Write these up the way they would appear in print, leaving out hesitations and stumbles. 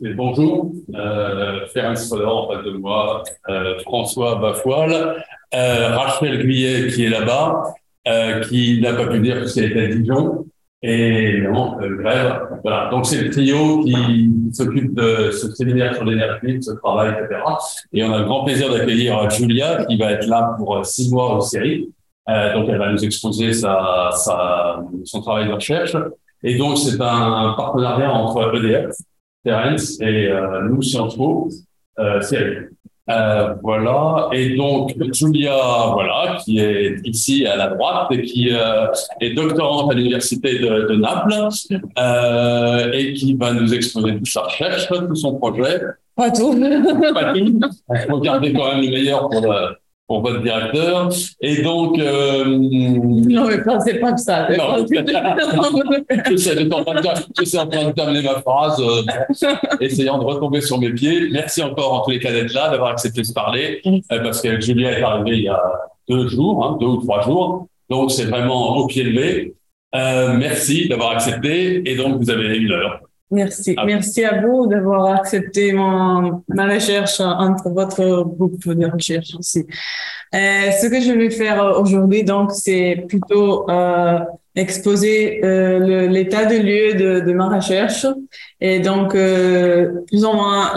Et bonjour, Ferenc Fodor en face de moi, François Bafoil, Rachel Guyet qui est là-bas, qui n'a pas pu dire parce qu'elle était à Dijon, et non, grève. Voilà, donc c'est le trio qui s'occupe de ce séminaire sur l'énergie, de ce travail, etc. Et on a le grand plaisir d'accueillir Julia qui va être là pour 6 mois au série. Donc elle va nous exposer son travail de recherche. Et donc c'est un partenariat entre EDF, Terence et nous, Sciences Po, Cyril. Voilà. Et donc, Julia, voilà, qui est ici à la droite et qui est doctorante à l'université de Naples et qui va nous exposer toute sa recherche, tout son projet. Pas tout. Pas tout. Il faut garder quand même le meilleur pour votre directeur. Et donc... Non, mais pensez pas que ça. Non, je suis en train de terminer ma phrase, essayant de retomber sur mes pieds. Merci encore en tous les cas d'être là, d'avoir accepté de parler, parce que Julia est arrivée il y a 2 jours, 2 ou 3 jours. Donc c'est vraiment au pied levé. Merci d'avoir accepté. Et donc vous avez 1 heure. Merci. Merci à vous d'avoir accepté ma recherche entre votre groupe de recherche aussi. Ce que je vais faire aujourd'hui, donc, c'est plutôt exposer l'état de lieu de ma recherche et donc plus ou moins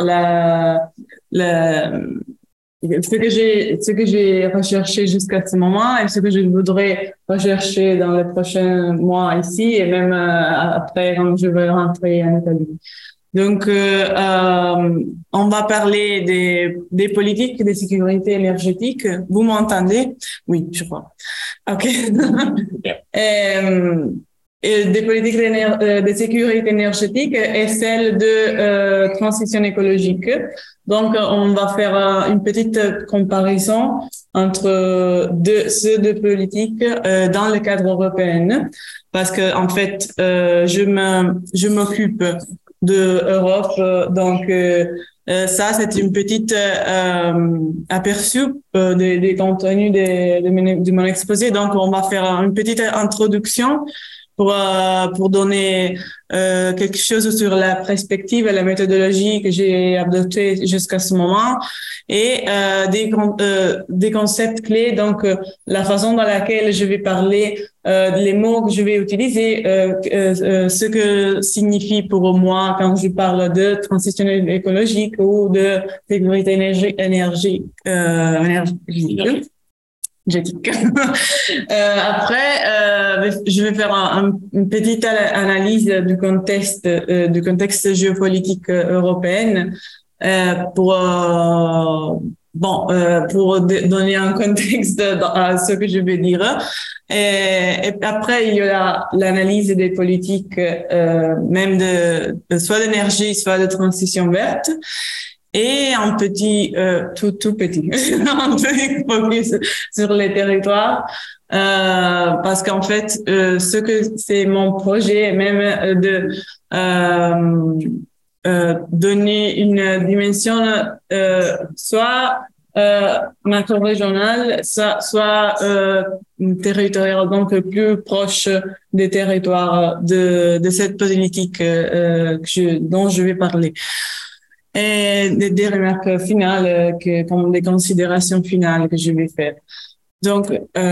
ce que j'ai recherché jusqu'à ce moment et ce que je voudrais rechercher dans les prochains mois ici et même après quand je vais rentrer en Italie. Donc, on va parler des politiques de sécurité énergétique. Vous m'entendez? Oui, je crois. OK. Et des politiques de sécurité énergétique et celles de transition écologique. Donc, on va faire une petite comparaison entre ces deux politiques dans le cadre européen, parce que en fait, je m'occupe de Europe, donc ça c'est une petite aperçu des contenus de mon exposé. Donc, on va faire une petite introduction pour donner quelque chose sur la perspective et la méthodologie que j'ai adoptée jusqu'à ce moment et des concepts clés, donc la façon dans laquelle je vais parler, les mots que je vais utiliser, ce que signifie pour moi quand je parle de transition écologique ou de sécurité énergétique. Après, je vais faire une petite analyse du contexte géopolitique européen pour donner un contexte à ce que je vais dire. Et après, il y aura l'analyse des politiques même soit d'énergie, soit de transition verte. Et un petit, tout petit, un petit focus sur les territoires, parce qu'en fait, ce que c'est mon projet, même de donner une dimension soit macro-régionale, soit territoriale, donc plus proche des territoires de cette politique dont je vais parler. Et des remarques finales, comme des considérations finales que je vais faire. Donc,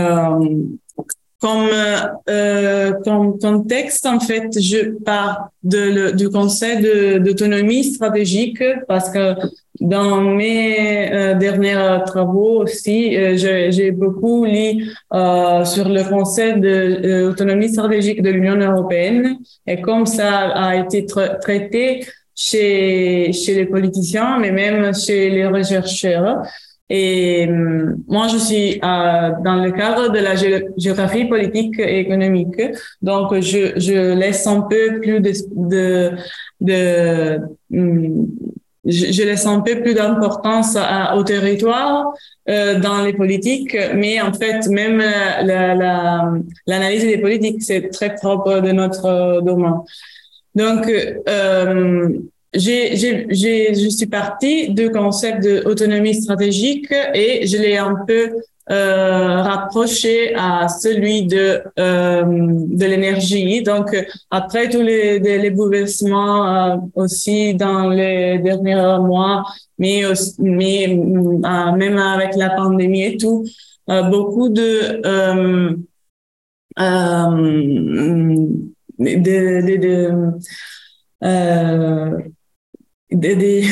comme contexte, en fait, je pars du concept d'autonomie stratégique parce que dans mes derniers travaux aussi, j'ai beaucoup lu sur le concept d'autonomie stratégique de l'Union européenne et comme ça a été traité chez les politiciens, mais même chez les chercheurs. Et moi, je suis dans le cadre de la géographie politique et économique. Donc, je laisse un peu plus je laisse un peu plus d'importance au territoire dans les politiques, mais en fait, même l'analyse des politiques, c'est très propre de notre domaine. Donc, je suis partie du concept d'autonomie stratégique et je l'ai un peu rapproché à celui de l'énergie. Donc, après tous les bouleversements aussi dans les derniers mois, même avec la pandémie et tout, beaucoup euh, des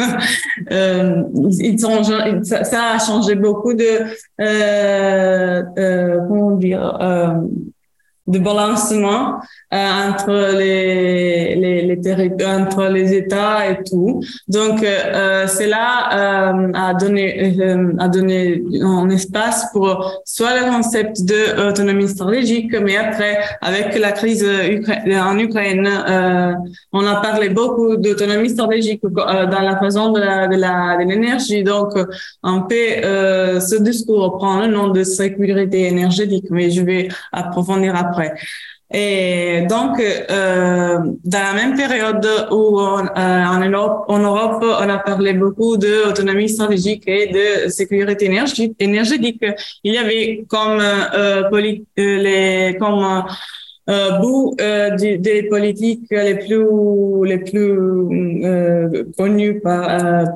ça a changé beaucoup comment dire, de balancement entre entre les États et tout. Donc, cela a donné un espace pour soit le concept de autonomie stratégique, mais après, avec la crise en Ukraine, on a parlé beaucoup d'autonomie stratégique dans la façon de l'énergie. Donc, un peu, ce discours prend le nom de sécurité énergétique, mais je vais approfondir après. Et donc, dans la même période où en Europe, on a parlé beaucoup d'autonomie stratégique et de sécurité énergétique, il y avait comme bout des politiques les plus connues par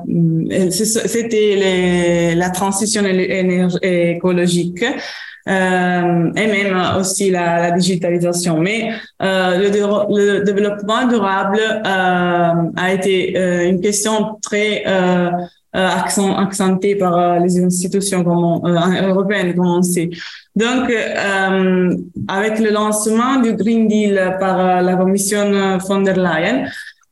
c'était la transition écologique. Et même aussi la digitalisation. Mais le développement durable a été une question très accentée par les institutions européennes, comme on sait. Donc, avec le lancement du Green Deal par la Commission von der Leyen,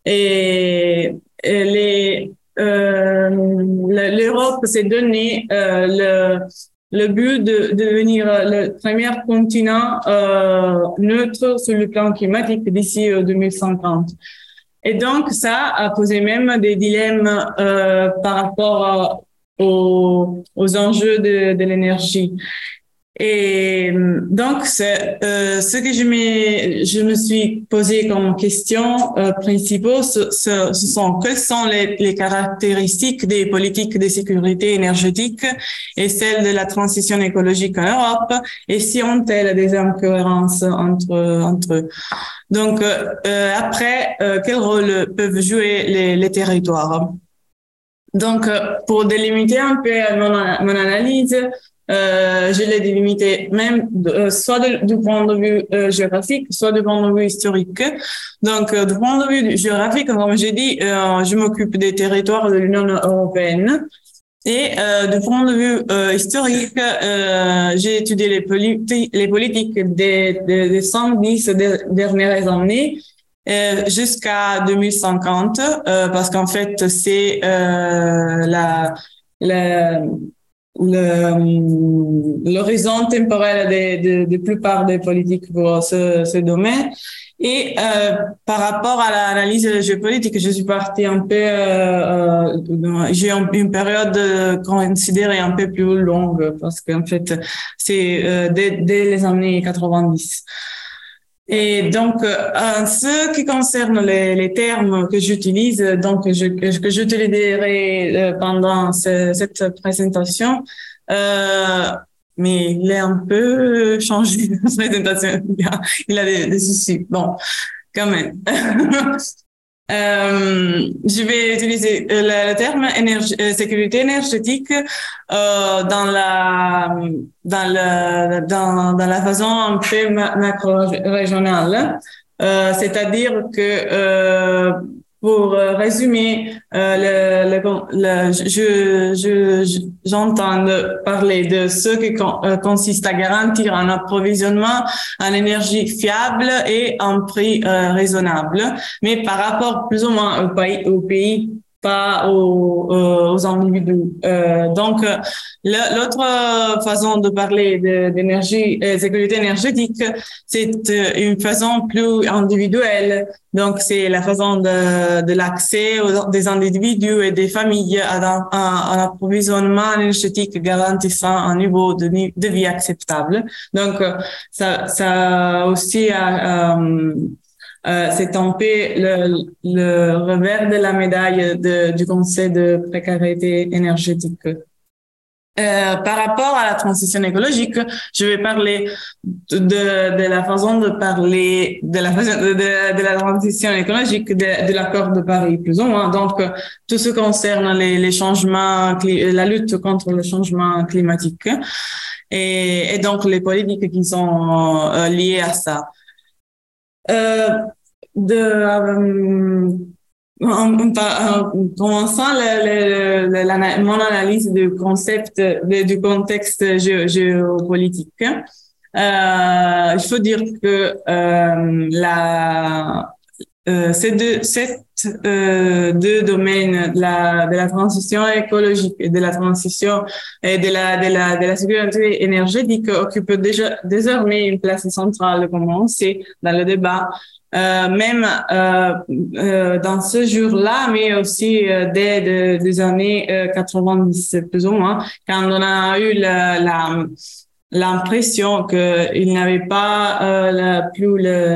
l'Europe s'est donné le but de devenir le premier continent neutre sur le plan climatique d'ici 2050. Et donc, ça a posé même des dilemmes par rapport aux enjeux de l'énergie. Et donc, ce que je me suis posé comme question principaux, ce sont quelles sont les caractéristiques des politiques de sécurité énergétique et celles de la transition écologique en Europe, et si ont-elles des incohérences entre eux. Donc, après, quel rôle peuvent jouer les territoires? Donc, pour délimiter un peu mon analyse, je l'ai délimité même soit du point de vue géographique, soit du point de vue historique. Donc, du point de vue géographique, comme j'ai dit, je m'occupe des territoires de l'Union européenne. Et du point de vue historique, j'ai étudié les politiques des 110 dernières années jusqu'à 2050, parce qu'en fait, c'est l'horizon temporel de plupart des politiques pour ce domaine. Et par rapport à l'analyse géopolitique, je suis partie un peu, j'ai une période considérée un peu plus longue parce qu'en fait, c'est dès les années 90. Et donc, en ce qui concerne les termes que j'utilise, donc que j'utiliserai pendant cette présentation, mais il est un peu changé la présentation. Il a des soucis. Bon, quand même. Je vais utiliser le terme sécurité énergétique dans la façon un peu macro-régionale, c'est-à-dire que pour résumer, j'entends parler de ce qui consiste à garantir un approvisionnement en énergie fiable et un prix raisonnable, mais par rapport plus ou moins au pays, pas aux individus. Donc, l'autre façon de parler d'énergie, sécurité énergétique, c'est une façon plus individuelle. Donc, c'est la façon de l'accès des individus et des familles à un approvisionnement énergétique garantissant un niveau de vie acceptable. Donc, ça aussi c'est un peu le revers de la médaille du Conseil de précarité énergétique. Par rapport à la transition écologique, je vais parler de la façon de parler de la transition écologique de l'accord de Paris, plus ou moins. Donc, tout ce qui concerne les changements, la lutte contre le changement climatique et donc les politiques qui sont liées à ça. En commençant mon analyse du concept, du contexte géopolitique, il faut dire que ces deux domaines de la transition écologique et de la transition et de la sécurité énergétique occupent déjà désormais une place centrale, comme on sait, dans le débat. Même dans ce jour-là, mais aussi dès des années 90 plus ou moins, quand on a eu l'impression qu'il n'avait pas plus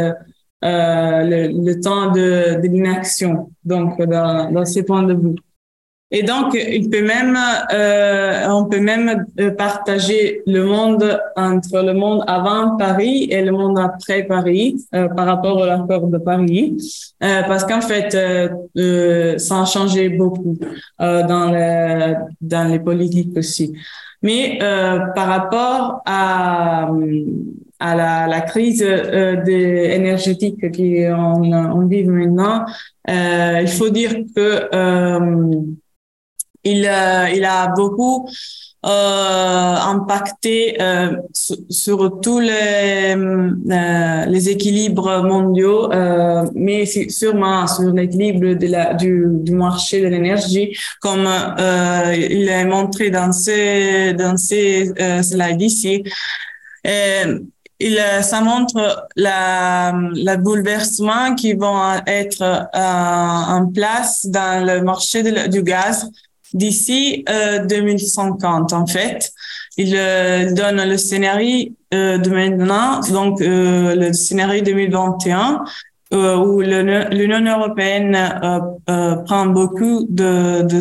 le temps de l'inaction, donc dans ces points de vue. Et donc, on peut même partager le monde entre le monde avant Paris et le monde après Paris, par rapport à l'accord de Paris, parce qu'en fait, ça a changé beaucoup dans les politiques aussi. Mais par rapport à la crise énergétique qu'on vit maintenant, il faut dire que il a beaucoup impacté sur tous les équilibres mondiaux, mais sûrement sur l'équilibre du marché de l'énergie, comme il est montré dans ces slides ici. Ça montre le bouleversement qui vont être en place dans le marché du gaz d'ici 2050. En fait, il donne le scénario de maintenant, donc le scénario 2021, où l'Union européenne prend beaucoup de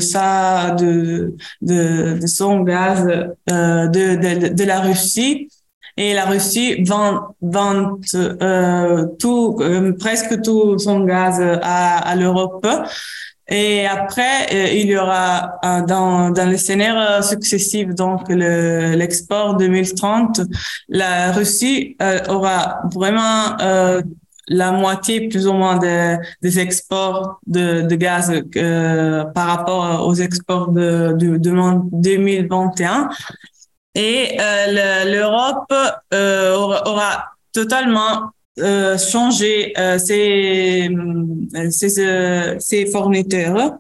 son gaz de la Russie. Et la Russie vend presque tout son gaz à l'Europe. Et après, il y aura dans les scénarios successifs, donc l'export 2030, la Russie aura vraiment la moitié plus ou moins des exports de gaz par rapport aux exports de 2021. Et l'Europe aura totalement changé ses fournisseurs.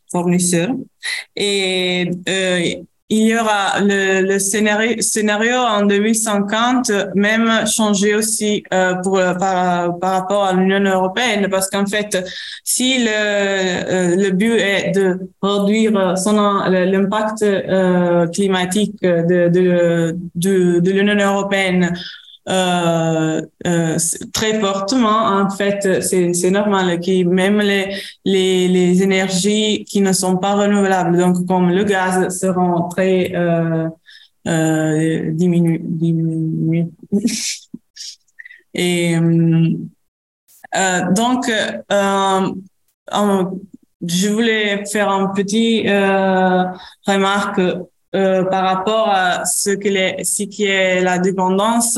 Et il y aura le scénario en 2050 même changé aussi par rapport à l'Union européenne, parce qu'en fait, si le but est de réduire l'impact climatique de l'Union européenne très fortement, en fait, c'est normal que même les énergies qui ne sont pas renouvelables, donc comme le gaz, seront très diminuées. Et donc je voulais faire un petit remarque par rapport à ce qui est la dépendance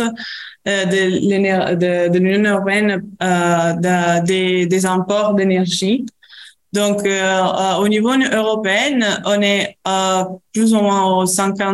de l'Union européenne des imports d'énergie. Donc, au niveau européen, on est plus ou moins au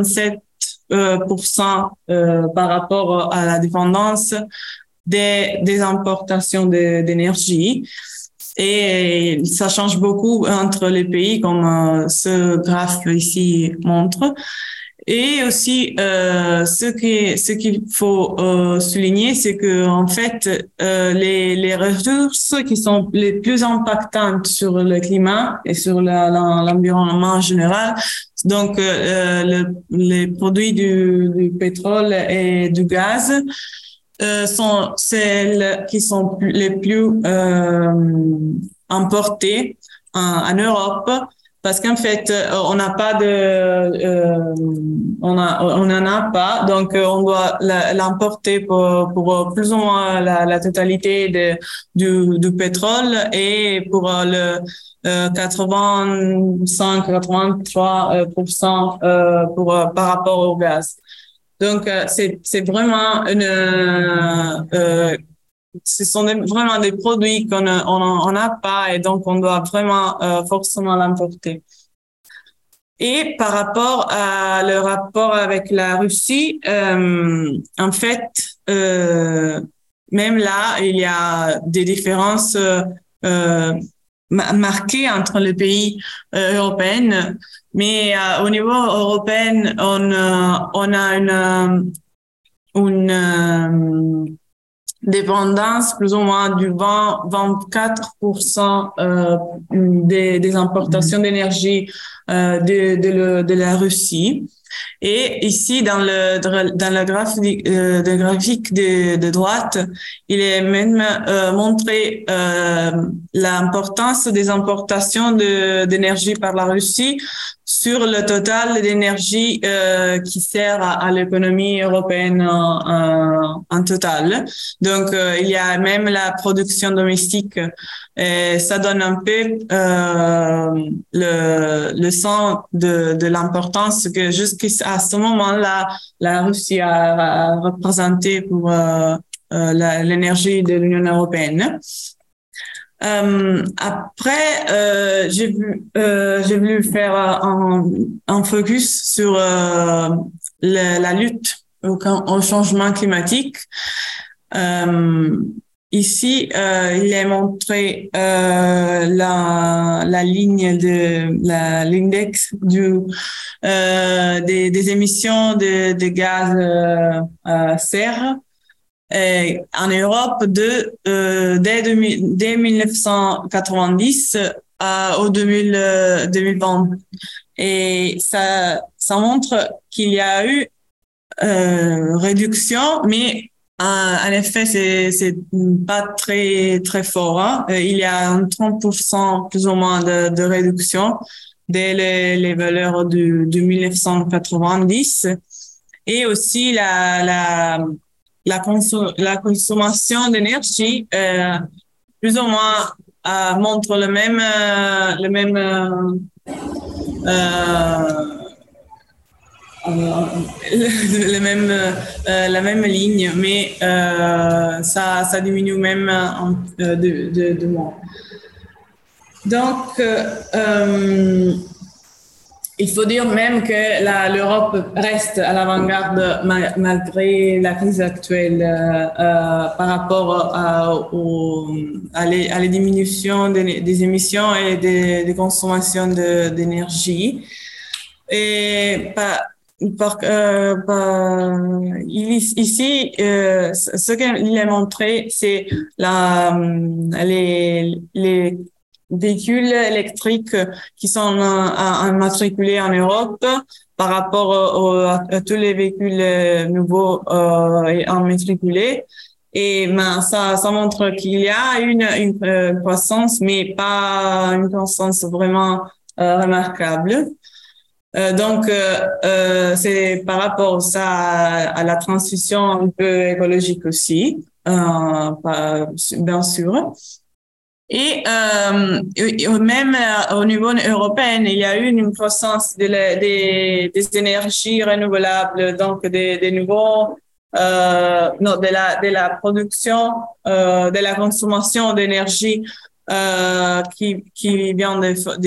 57% par rapport à la dépendance des importations d'énergie. Et ça change beaucoup entre les pays, comme ce graphe ici montre. Et aussi, ce qu'il faut souligner, c'est que en fait, les ressources qui sont les plus impactantes sur le climat et sur l'environnement en général, donc les produits du pétrole et du gaz, sont celles qui sont les plus importées en Europe. parce qu'en fait, on n'a pas on n'en a pas, donc on doit l'importer pour plus ou moins la totalité du pétrole et pour le 85-83% par rapport au gaz. Donc c'est vraiment ce sont vraiment des produits qu'on n'a pas et donc on doit vraiment forcément l'importer. Et par rapport à le rapport avec la Russie, en fait, même là, il y a des différences marquées entre les pays européens. Mais au niveau européen, on a une dépendance plus ou moins du 24% des importations d'énergie de la Russie. Et ici, dans le graphique de droite, il est même montré l'importance des importations d'énergie par la Russie sur le total d'énergie qui sert à l'économie européenne en total. Donc, il y a même la production domestique. Et ça donne un peu le sens de l'importance que jusqu'à ce moment-là, la Russie a représenté pour l'énergie de l'Union européenne. Après, j'ai voulu faire un focus sur la lutte au changement climatique. Ici, il est montré la ligne l'index des émissions de gaz serre en Europe dès 1990 au 2020. Et ça montre qu'il y a eu réduction, mais en effet, c'est pas très très fort. Hein. Il y a un 30% plus ou moins de réduction dès les valeurs de 1990, et aussi la consommation d'énergie plus ou moins montre le même la même ligne, mais ça diminue même de mois. Donc, il faut dire même que l'Europe reste à l'avant-garde malgré la crise actuelle par rapport à la diminution des émissions et des consommations d'énergie. Et ici, ce qu'il a montré, c'est les véhicules électriques qui sont immatriculés en Europe par rapport à tous les véhicules nouveaux et immatriculés. Et ça montre qu'il y a une croissance, mais pas une croissance vraiment remarquable. Donc, c'est par rapport à ça à la transition un peu écologique aussi, bien sûr. Et même au niveau européen, il y a eu une croissance des énergies renouvelables, donc des nouveaux de la production, de la consommation d'énergie qui vient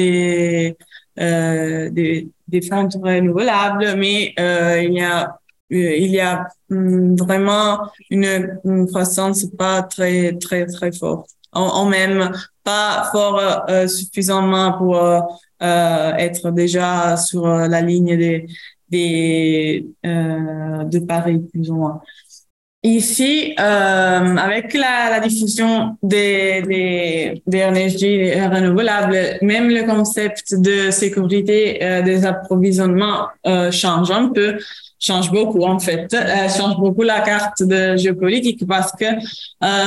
des fonds renouvelables, mais il y a vraiment une croissance pas très très très forte, en même pas fort suffisamment pour être déjà sur la ligne de Paris plus ou moins. Ici, avec la diffusion des énergies renouvelables, même le concept de sécurité des approvisionnements change beaucoup en fait, change beaucoup la carte de géopolitique, parce que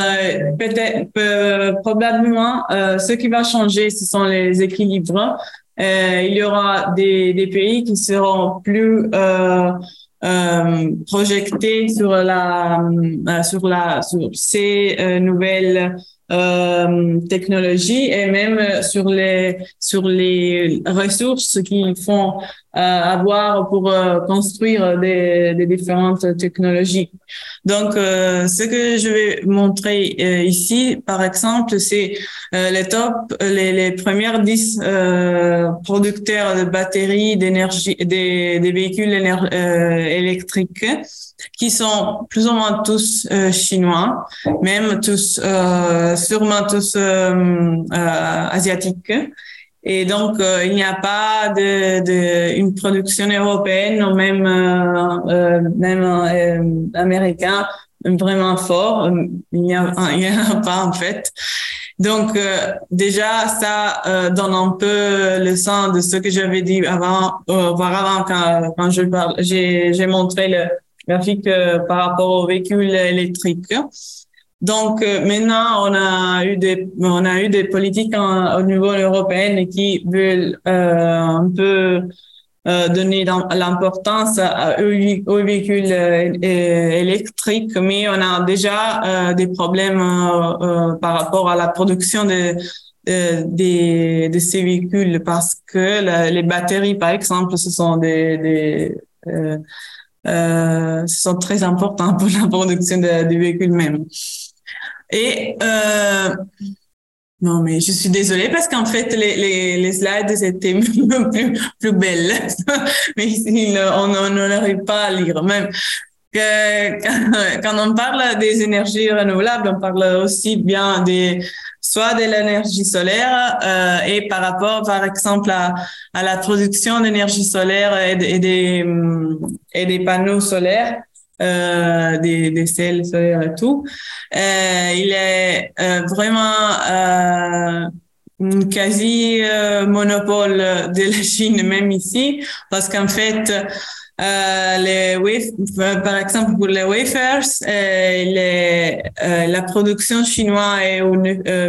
probablement ce qui va changer, ce sont les équilibres il y aura des pays qui seront plus projetés sur ces nouvelles technologies et même sur les ressources qu'ils font avoir pour construire des différentes technologies. Donc, ce que je vais montrer ici, par exemple, c'est les premières 10 producteurs de batteries d'énergie, des véhicules électriques, qui sont plus ou moins tous chinois, même tous, sûrement tous asiatiques. Et donc, il n'y a pas une production européenne ou même américaine vraiment fort. Il n'y a pas en fait. Donc, déjà, ça donne un peu le sens de ce que j'avais dit auparavant quand j'ai montré le graphique par rapport aux véhicules électriques. Donc maintenant, on a eu des politiques au niveau européen qui veulent un peu donner l'importance aux véhicules électriques, mais on a déjà des problèmes par rapport à la production de ces véhicules parce que les batteries, par exemple, ce sont ce sont très importants pour la production des véhicules même. Et non, mais je suis désolée parce qu'en fait les slides étaient plus belles, mais ici on n'arrive pas à lire. Même quand on parle des énergies renouvelables, on parle aussi bien soit de l'énergie solaire et par rapport, par exemple, à la production d'énergie solaire et des panneaux solaires. Des cells solaires et tout. Il est vraiment quasi monopole de la Chine, même ici, parce qu'en fait, par exemple, pour les wafers, la production chinoise est au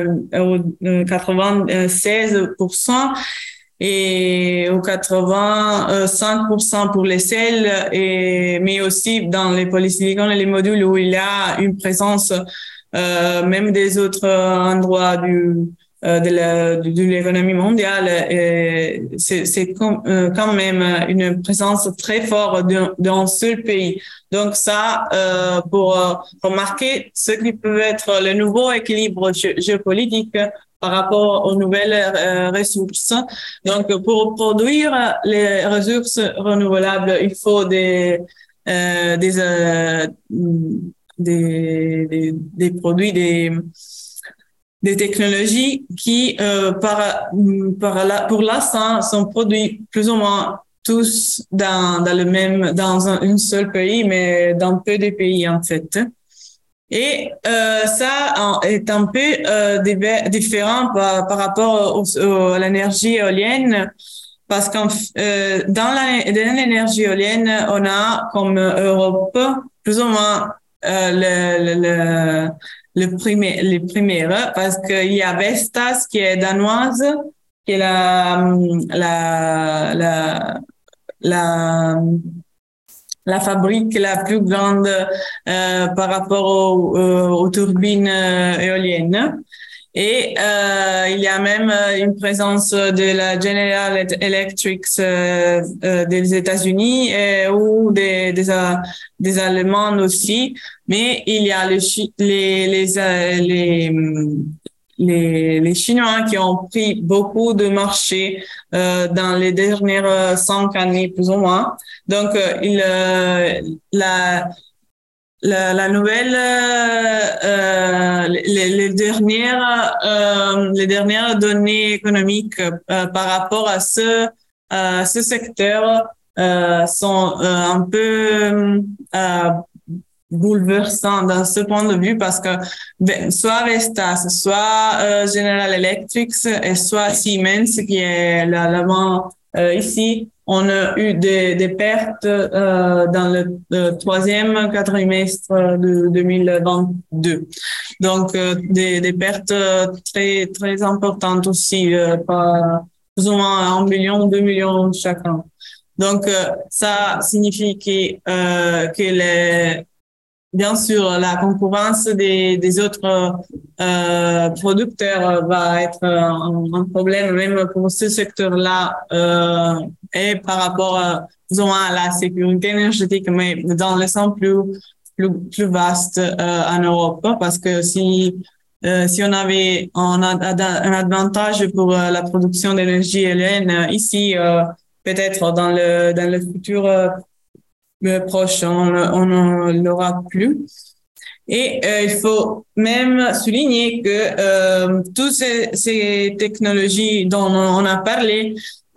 96%. Et au 85% pour les sels, mais aussi dans les polysilicones et les modules où il y a une présence même des autres endroits de l'économie mondiale. C'est quand même une présence très forte d'un seul pays. Donc ça, pour remarquer ce qui peut être le nouveau équilibre géopolitique par rapport aux nouvelles ressources. Donc, pour produire les ressources renouvelables, il faut des produits, des technologies qui, pour l'instant, sont produits plus ou moins tous dans un seul pays, mais dans peu de pays, en fait. Et ça est un peu différent par rapport à l'énergie éolienne, parce dans l'énergie éolienne, on a comme Europe plus ou moins les premières, parce qu'il y a Vestas qui est danoise, qui est la fabrique la plus grande par rapport aux turbines éoliennes. Et il y a même une présence de la General Electric des États-Unis ou des Allemands aussi. Mais il y a les Chinois qui ont pris beaucoup de marchés dans les dernières 5 années plus ou moins. Donc la nouvelle les dernières données économiques par rapport à ce secteur sont un peu bouleversant dans ce point de vue parce que soit Vestas, soit General Electric et soit Siemens qui est l'allemand ici, on a eu des pertes dans le troisième quadrimestre de 2022. Donc des pertes très très importantes aussi plus ou moins 1 million, 2 millions chacun. Donc, ça signifie que bien sûr, la concurrence des autres producteurs va être un problème même pour ce secteur-là et par rapport plus ou moins à la sécurité énergétique, mais dans le sens plus vaste en Europe, parce que si on avait un avantage pour la production d'énergie éolienne ici, peut-être dans le futur proche, on ne l'aura plus. Et il faut même souligner que toutes ces technologies dont on a parlé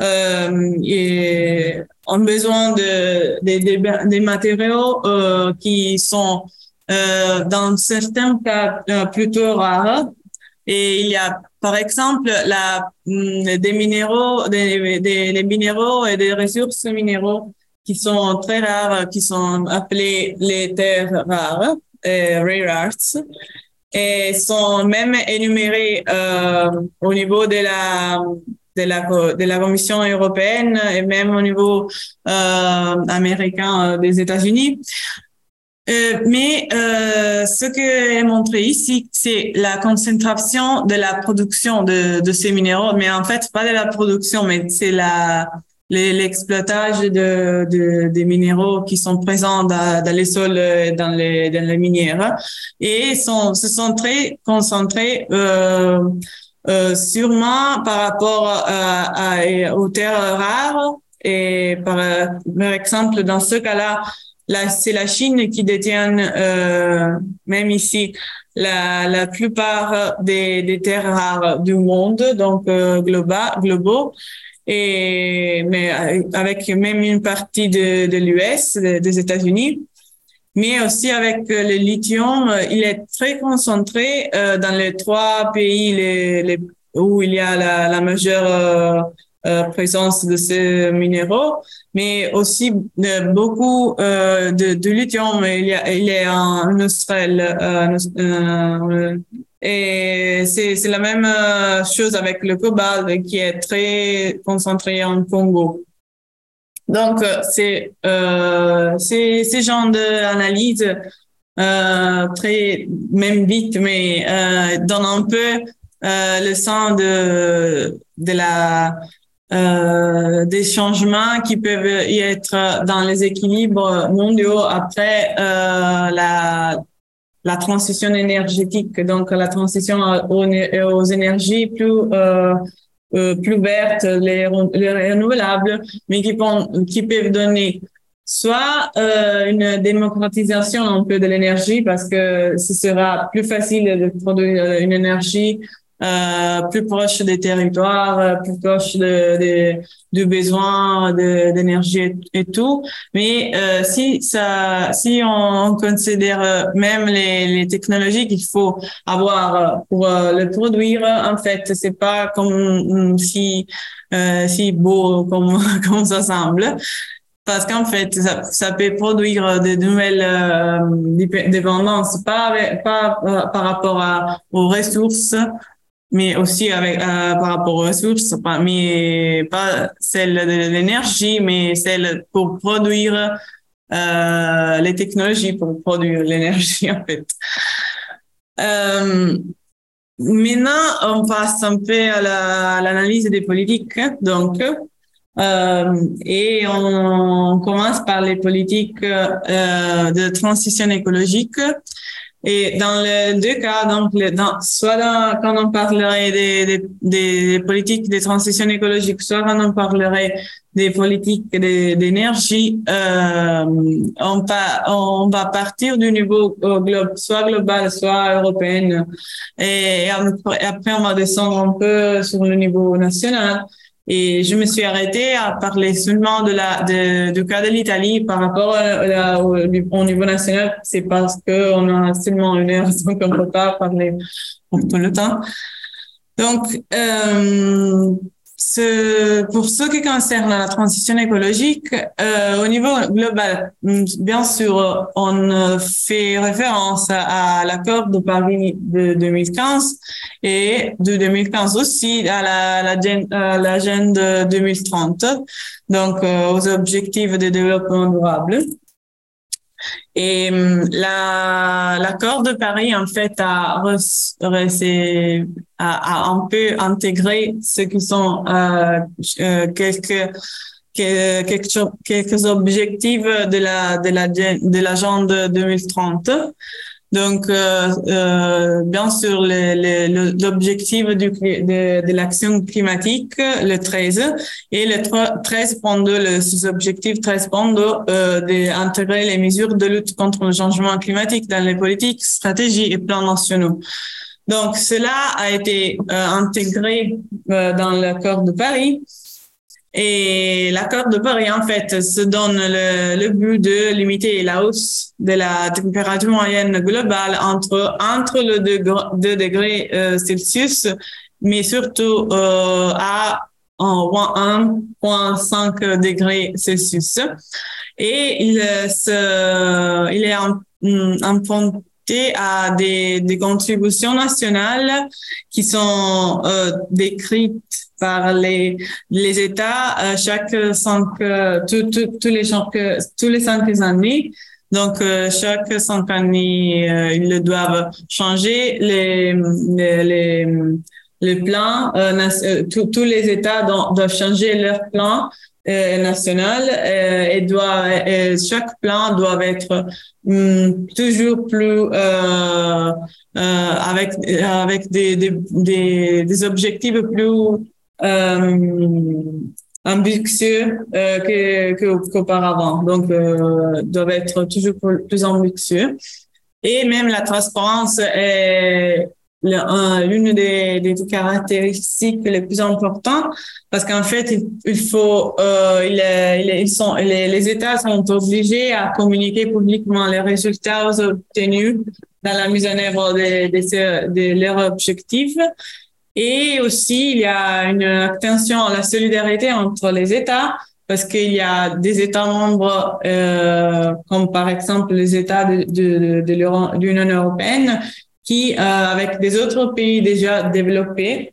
ont besoin des matériaux qui sont dans certains cas plutôt rares. Et il y a, par exemple, des minéraux, des minéraux et des ressources minéraux qui sont très rares, qui sont appelés les terres rares, rare earths, et sont même énumérés au niveau de la Commission européenne et même au niveau américain des États-Unis. Mais ce que est montré ici, c'est la concentration de la production de ces minéraux, mais en fait pas de la production, mais c'est l'exploitage des minéraux qui sont présents dans les sols, dans les minières, et se sont très concentrés sûrement par rapport aux terres rares. Et par exemple, dans ce cas-là, c'est la Chine qui détient, même ici, la plupart des terres rares du monde, donc globaux, mais avec même une partie de l'US, des États-Unis, mais aussi avec le lithium, il est très concentré dans les 3 pays où il y a la majeure présence de ces minéraux, mais aussi beaucoup de lithium. Il est en Australie, et c'est la même chose avec le cobalt qui est très concentré en Congo. Donc c'est ces genres d'analyse très même vite, mais donne un peu le sens des changements qui peuvent y être dans les équilibres mondiaux après la transition énergétique, donc la transition aux énergies plus vertes, les renouvelables, mais qui peuvent donner soit une démocratisation un peu de l'énergie, parce que ce sera plus facile de produire une énergie plus proche des territoires, plus proche du besoin d'énergie et tout. Mais si on considère même les technologies qu'il faut avoir pour le produire, en fait, c'est pas comme si beau comme ça semble. Parce qu'en fait, ça peut produire de nouvelles dépendances, pas par rapport aux ressources, mais aussi par rapport aux ressources, mais pas celle de l'énergie, mais celle pour produire les technologies pour produire l'énergie, en fait. Maintenant, on passe un peu à l'analyse des politiques, donc. Et on commence par les politiques de transition écologique. Et dans les 2 cas, donc quand on parlerait des politiques de transition écologique, soit quand on parlerait des politiques d'énergie, on va partir du niveau soit global, soit européen, et après on va descendre un peu sur le niveau national. Et je me suis arrêtée à parler seulement du cas de l'Italie par rapport au niveau national. C'est parce que on a seulement 1 heure, donc on ne peut pas parler pour tout le temps. Donc, Pour ce qui concerne la transition écologique, au niveau global, bien sûr, on fait référence à l'accord de Paris de 2015 et de 2015 aussi à l'agenda 2030, donc aux objectifs de développement durable. Et l'accord de Paris, en fait, a un peu intégré ce qui sont quelques objectifs de l'agenda 2030. Donc, bien sûr, l'objectif de l'action climatique, le 13, et le 13.2, le sous-objectif 13.2, d'intégrer les mesures de lutte contre le changement climatique dans les politiques, stratégies et plans nationaux. Donc, cela a été intégré dans l'accord de Paris. Et l'accord de Paris, en fait, se donne le but de limiter la hausse de la température moyenne globale entre le 2 degrés Celsius, mais surtout à 1,5 degrés Celsius. Et il est implanté à des contributions nationales qui sont décrites par les États tous les 5 années. Donc chaque 5 années, ils doivent changer les plans. Tous les États doivent changer leur plan national et chaque plan doit être toujours plus avec des objectifs plus ambitieux qu'auparavant. Donc, doivent être toujours plus ambitieux. Et même la transparence est l'une des caractéristiques les plus importantes parce qu'en fait, les États sont obligés à communiquer publiquement les résultats obtenus dans la mise en œuvre de leurs objectifs. Et aussi, il y a une attention à la solidarité entre les États parce qu'il y a des États membres, comme par exemple les États de l'Union européenne, qui, avec des autres pays déjà développés,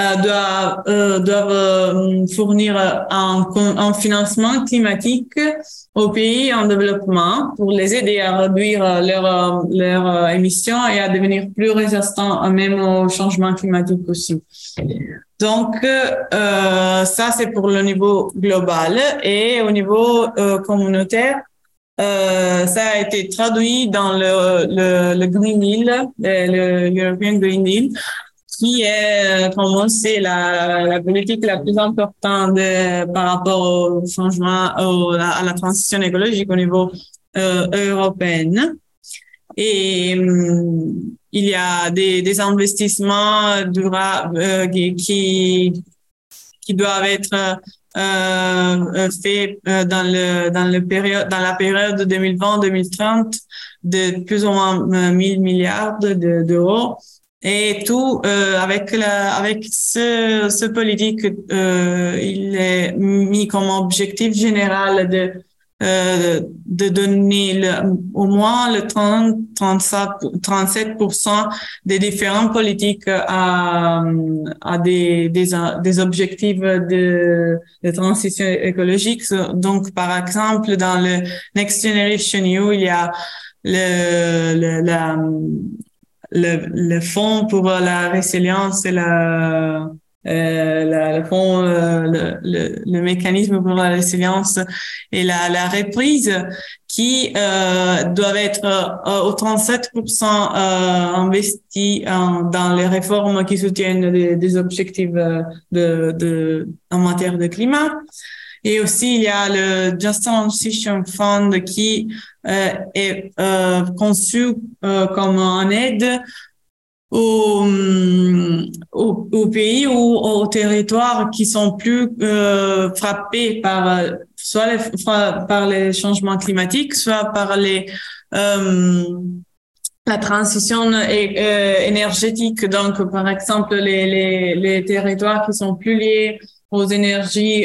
doivent fournir un financement climatique aux pays en développement pour les aider à réduire leurs émissions et à devenir plus résistants même au changement climatique aussi. Donc, ça, c'est pour le niveau global. Et au niveau communautaire, ça a été traduit dans le Green Deal, le European Green Deal, qui est, pour moi, c'est la politique la plus importante par rapport au changement, à la transition écologique au niveau européen. Et il y a des investissements durables qui doivent être faits dans la période 2020-2030 de plus ou moins 1 000 milliards d'euros. Et tout avec ce politique, il est mis comme objectif général de donner au moins le 37% des différentes politiques à des objectifs de transition écologique. Donc, par exemple, dans le Next Generation EU, il y a le fonds pour la résilience et le fonds, le mécanisme pour la résilience et la reprise qui doivent être au 37% investis dans les réformes qui soutiennent des objectifs en matière de climat. Et aussi, il y a le Just Transition Fund qui est conçu comme une aide aux pays ou aux territoires qui sont plus frappés par par les changements climatiques, soit par la transition énergétique. Donc, par exemple, les territoires qui sont plus liés aux énergies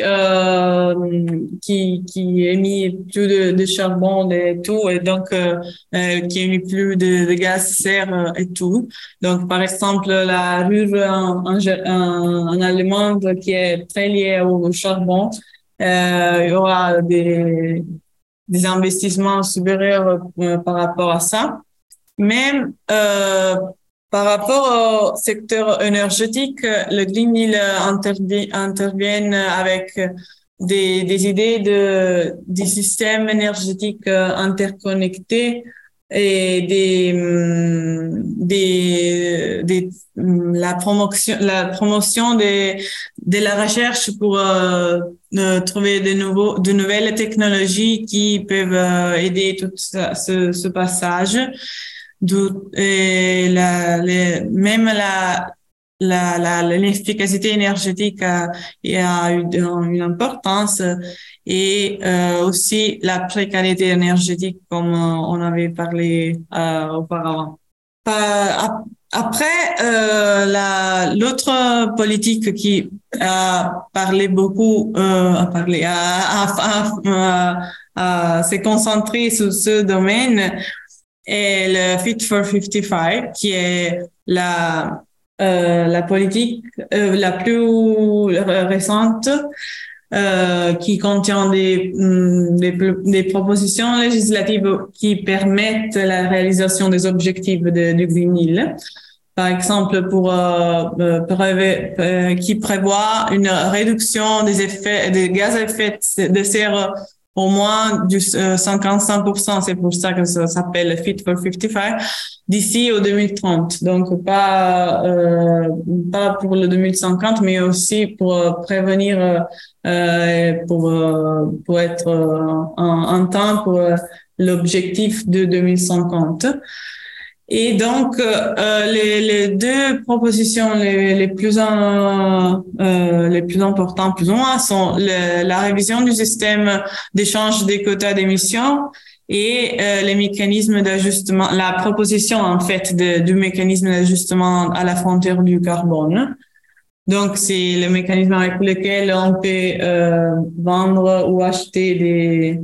qui émettent plus de charbon et tout, et donc qui émettent plus de gaz de serre et tout. Donc, par exemple, la rue en Allemande qui est très liée au charbon, il y aura des investissements supérieurs par rapport à ça. Même par rapport au secteur énergétique, le Green Deal intervient avec des idées des systèmes énergétiques interconnectés et la promotion de la recherche pour trouver de nouvelles technologies qui peuvent aider tout ce passage. Même l'efficacité énergétique a eu une importance et aussi la précarité énergétique comme on avait parlé auparavant. Après, l'autre politique qui a parlé beaucoup, s'est concentrée sur ce domaine et le Fit for 55, qui est la politique la plus récente, qui contient des propositions législatives qui permettent la réalisation des objectifs du Green Deal. Par exemple, qui prévoit une réduction des gaz à effet de serre au moins du 55%, c'est pour ça que ça s'appelle Fit for 55, d'ici au 2030. Donc pas pour le 2050, mais aussi pour prévenir, pour être en temps pour l'objectif de 2050. Et donc, les deux propositions les plus importantes, plus ou moins, sont la révision du système d'échange des quotas d'émissions et les mécanismes d'ajustement, la proposition en fait du mécanisme d'ajustement à la frontière du carbone. Donc, c'est le mécanisme avec lequel on peut vendre ou acheter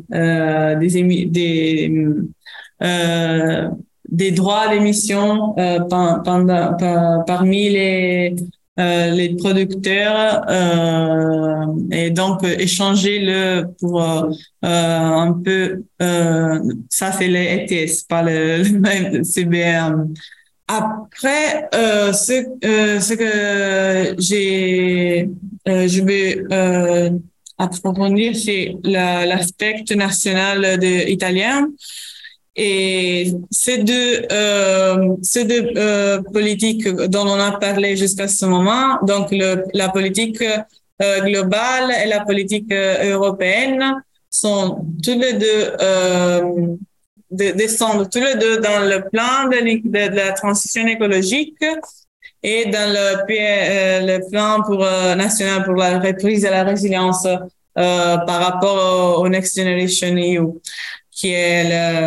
des droits d'émission parmi les producteurs et donc échanger pour un peu ça c'est les ETS, pas le même CBM. Après ce que je vais approfondir, c'est l'aspect national italien. Et ces deux politiques dont on a parlé jusqu'à ce moment, donc la politique globale et la politique européenne, sont tous les deux descendent tous les deux dans le plan de la transition écologique et dans le plan national pour la reprise et la résilience par rapport au Next Generation EU, qui est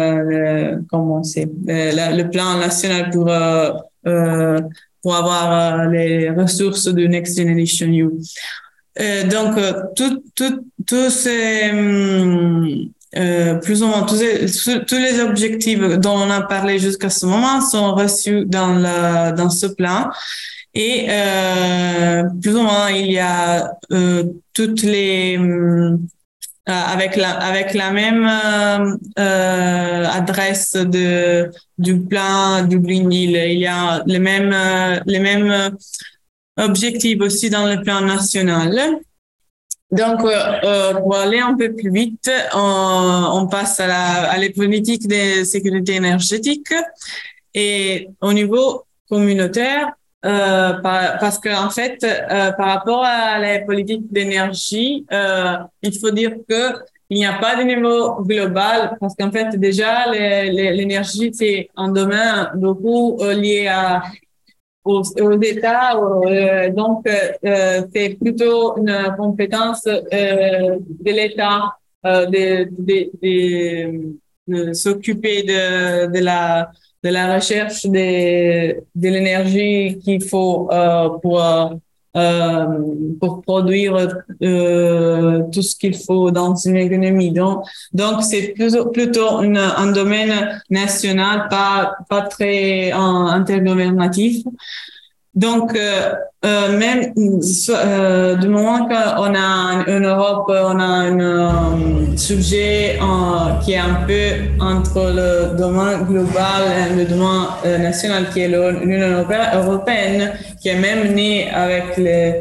le plan national pour avoir les ressources du Next Generation EU. Donc, tous ces plus ou moins tous les objectifs dont on a parlé jusqu'à ce moment sont reçus dans ce plan. Et plus ou moins, il y a toutes les avec la même adresse du plan du Green Deal. Il y a les mêmes objectifs aussi dans le plan national. Donc, pour aller un peu plus vite, on passe à les politiques de sécurité énergétique et au niveau communautaire. Parce que en fait, par rapport à la politique d'énergie, il faut dire que il n'y a pas de niveau global, parce qu'en fait déjà l'énergie c'est un domaine beaucoup lié aux États, donc c'est plutôt une compétence de l'État de s'occuper de la recherche de l'énergie qu'il faut pour euh, pour produire tout ce qu'il faut dans une économie. Donc c'est plutôt un domaine national, pas très intergouvernatif. Donc, même du moment qu'on a en Europe, on a un sujet qui est un peu entre le domaine global et le domaine national, qui est l'Union européenne, qui est même née avec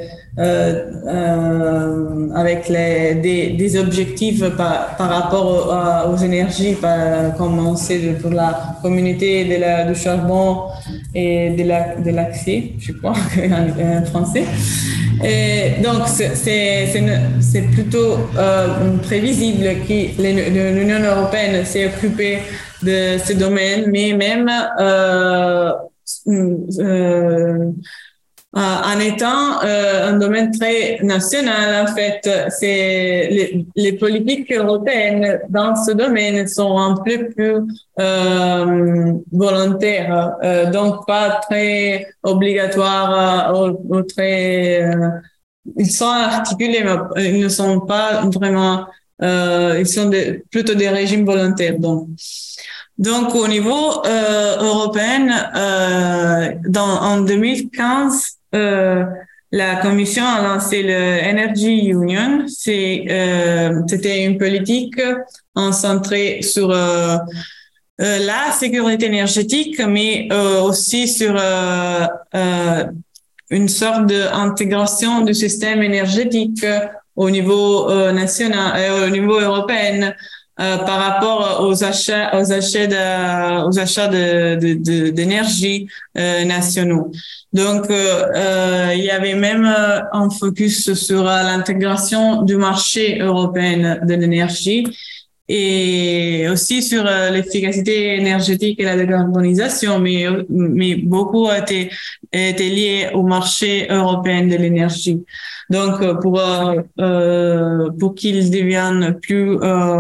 des objectifs par rapport aux énergies, comme on sait pour la communauté du charbon et de l'acier, je crois, en français. Et donc, c'est plutôt prévisible que l'Union européenne s'est occupée de ce domaine, mais même en étant un domaine très national, en fait, c'est les politiques européennes dans ce domaine sont un peu plus volontaires, donc pas très obligatoires ou très. Ils sont articulés, mais ils ne sont pas vraiment. Ils sont plutôt des régimes volontaires. Donc au niveau européen, en 2015. La Commission a lancé le Energy Union. C'était une politique centrée sur la sécurité énergétique, mais aussi sur une sorte d'intégration du système énergétique au niveau national et au niveau européen. Par rapport aux achats d'énergie nationaux. Donc, il y avait même un focus sur l'intégration du marché européen de l'énergie et aussi sur l'efficacité énergétique et la décarbonisation, mais beaucoup a été lié au marché européen de l'énergie. Donc, pour qu'il devienne plus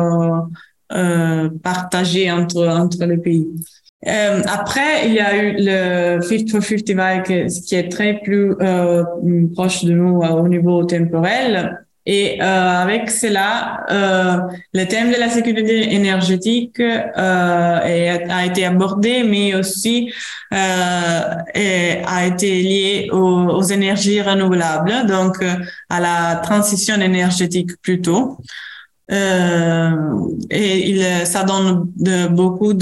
partagé entre les pays. Après, il y a eu le Fit for 55 qui est très plus proche de nous au niveau temporel. Et avec cela, le thème de la sécurité énergétique a été abordé, mais aussi a été lié aux énergies renouvelables, donc à la transition énergétique plutôt. Et ça donne beaucoup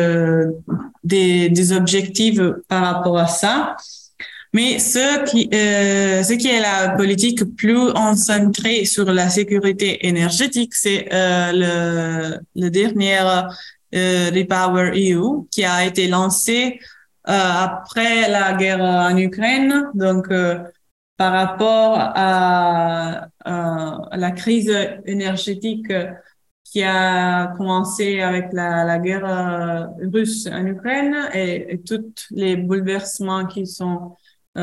des objectifs par rapport à ça. Mais ce qui est la politique plus centrée sur la sécurité énergétique, c'est le dernier Repower EU qui a été lancé après la guerre en Ukraine. Donc, par rapport à la crise énergétique qui a commencé avec la guerre russe en Ukraine et tous les bouleversements qui sont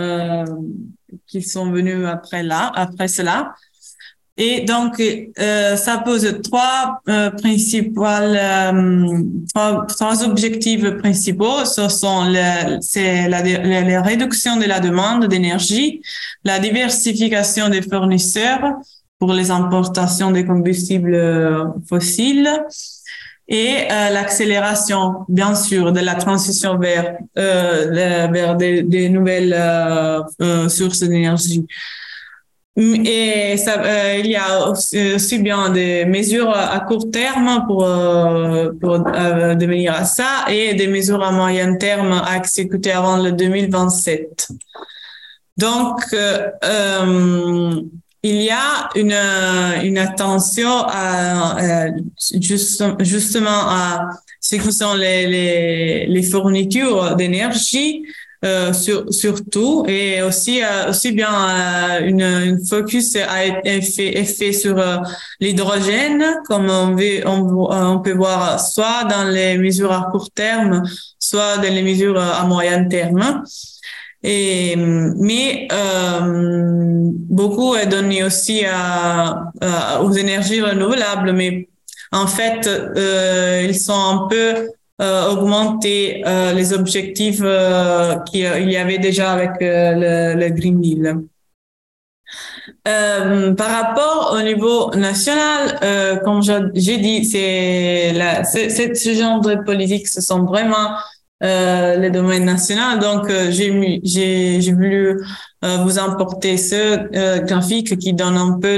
venus après cela. Et donc, ça pose trois objectifs principaux. Ce sont la réduction de la demande d'énergie, la diversification des fournisseurs pour les importations des combustibles fossiles et l'accélération, bien sûr, de la transition vers des nouvelles sources d'énergie. Et il y a aussi bien des mesures à court terme pour devenir à ça et des mesures à moyen terme à exécuter avant le 2027. Donc, il y a une attention justement à ce que sont les fournitures d'énergie, surtout, et aussi bien une focus a été fait sur l'hydrogène, comme on peut voir soit dans les mesures à court terme, soit dans les mesures à moyen terme. Mais beaucoup est donné aussi aux énergies renouvelables, mais en fait, ils sont un peu augmentés les objectifs qu'il y avait déjà avec le Green Deal. Par rapport au niveau national, comme j'ai dit, ce genre de politique, ce sont vraiment les domaines nationaux. Donc, j'ai voulu vous apporter ce graphique qui donne un peu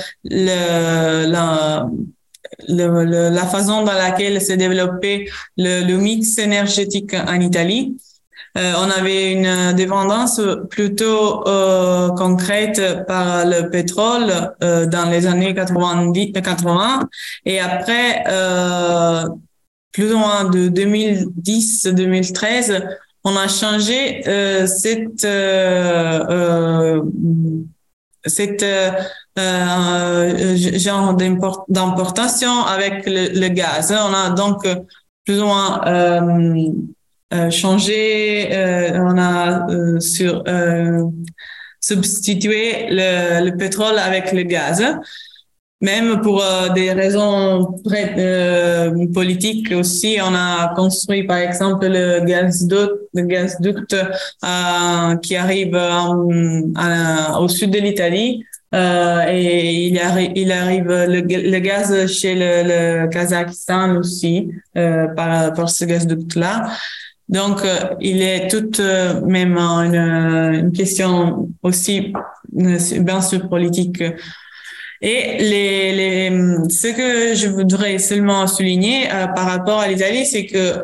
la façon dans laquelle s'est développé le mix énergétique en Italie. On avait une dépendance plutôt concrète par le pétrole dans les années 80 et après plus ou moins de 2010-2013, on a changé cette genre d'importation avec le gaz. On a donc plus ou moins changé, on a substitué le pétrole avec le gaz. Même pour des raisons politiques aussi, on a construit par exemple le gazoduc qui arrive au sud de l'Italie. Et il arrive le gaz chez le Kazakhstan aussi par ce gazoduc-là. Donc, il est tout même une question aussi bien sûr politique. Et ce que je voudrais seulement souligner par rapport à l'Italie, c'est que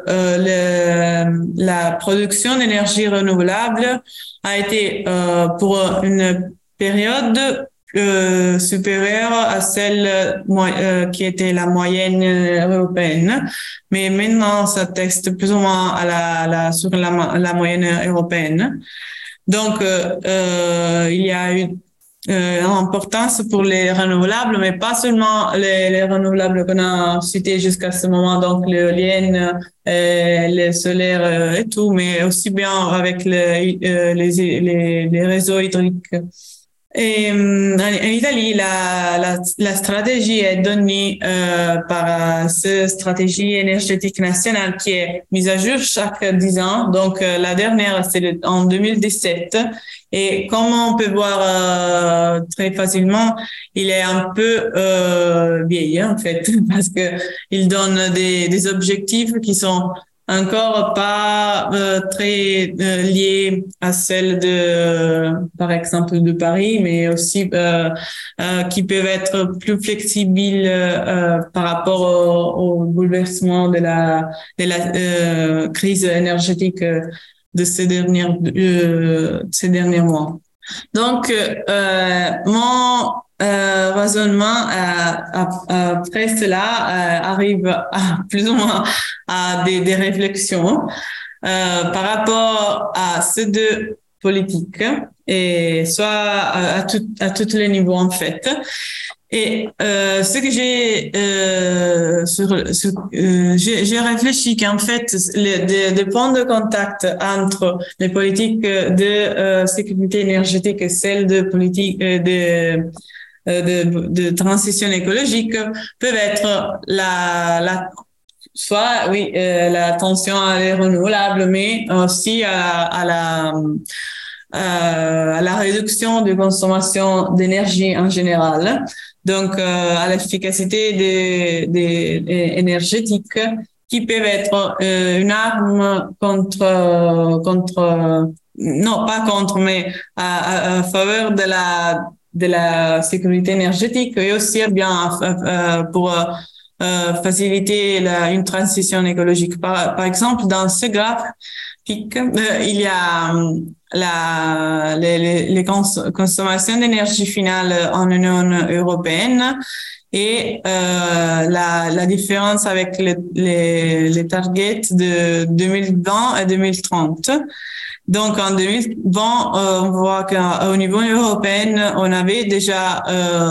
la production d'énergie renouvelable a été pour une période supérieure à celle qui était la moyenne européenne, mais maintenant ça teste plus ou moins sur la moyenne européenne. Donc il y a eu importance pour les renouvelables, mais pas seulement les renouvelables qu'on a cités jusqu'à ce moment, donc l'éolienne, le solaire et tout, mais aussi bien avec les réseaux hydrauliques. Et en Italie, la stratégie est donnée par cette stratégie énergétique nationale qui est mise à jour chaque 10 ans. Donc la dernière, c'est en 2017. Et comme on peut voir très facilement, il est un peu vieilli en fait, parce que il donne des objectifs qui sont encore pas très liés à celle par exemple, de Paris, mais aussi qui peuvent être plus flexibles par rapport au bouleversement de la crise énergétique de ces derniers mois. Donc, mon raisonnement après cela arrive plus ou moins à des réflexions par rapport à ces deux politiques et soit à tous les niveaux en fait. Et ce que j'ai réfléchi qu'en fait des points de contact entre les politiques de sécurité énergétique et celles de politique de transition écologique peuvent être soit l'attention à les renouvelables, mais aussi à la réduction de consommation d'énergie en général. Donc, à l'efficacité des énergétiques qui peuvent être une arme non pas contre, mais à faveur de la sécurité énergétique et aussi bien pour faciliter une transition écologique. Par exemple, dans ce graphique, il y a les consommations d'énergie finale en Union européenne et la différence avec les targets de 2020 et 2030. Donc en 2020, on voit qu'au niveau européen, on avait déjà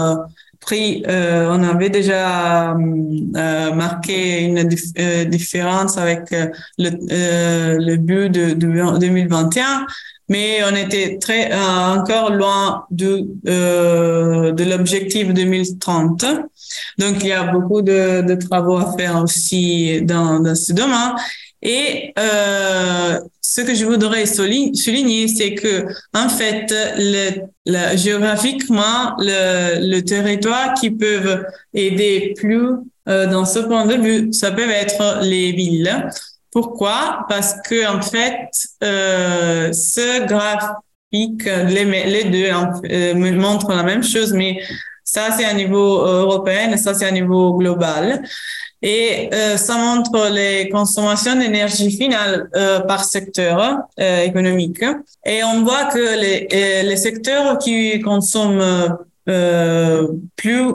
marqué une différence avec le but de 2021, mais on était encore loin de l'objectif 2030. Donc il y a beaucoup de travaux à faire aussi dans ce domaine. Et ce que je voudrais souligner, c'est que en fait, géographiquement, le territoire qui peuvent aider plus dans ce point de vue, ça peut être les villes. Pourquoi? Parce que en fait, ce graphique, les deux me montrent la même chose, mais ça c'est à niveau européen, et ça c'est à niveau global. Et ça montre les consommations d'énergie finale par secteur économique. Et on voit que les secteurs qui consomment plus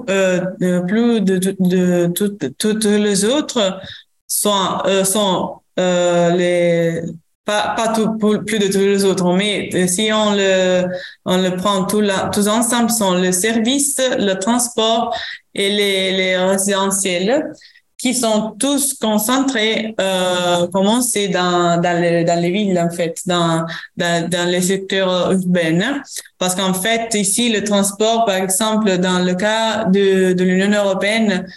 de toutes les autres sont les pas plus de tous les autres, mais si on le prend tous ensemble, sont le service, le transport et les résidentiels, qui sont tous concentrés, commencés dans les villes, en fait, dans les secteurs urbains. Parce qu'en fait, ici, le transport, par exemple, dans le cas de l'Union européenne,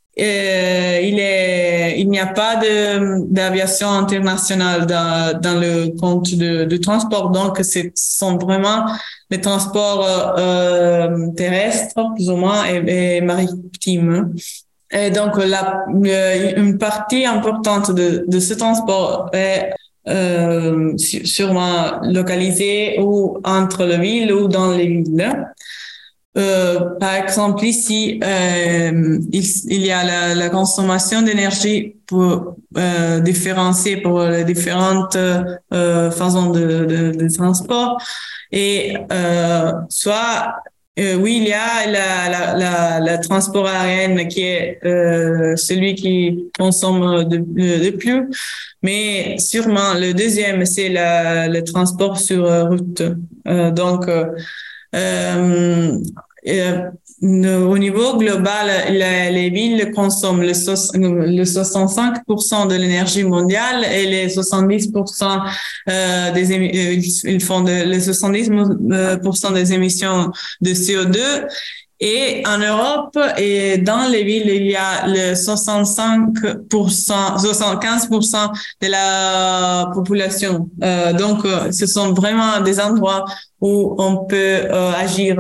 il n'y a pas d'aviation internationale dans le compte de transport. Donc, ce sont vraiment les transports, terrestres, plus ou moins, et maritimes. Et donc, une partie importante de ce transport est sûrement localisée ou entre les villes ou dans les villes. Par exemple, ici, il y a la consommation d'énergie pour différencier pour les différentes façons de transport. Et soit oui, il y a le transport aérien qui est celui qui consomme de plus, mais sûrement le deuxième, c'est le transport sur route. Donc, au niveau global, les villes consomment le 65% de l'énergie mondiale et les 70% ils font les 70% des émissions de CO2. Et en Europe et dans les villes, il y a le 75% de la population. Donc, ce sont vraiment des endroits où on peut agir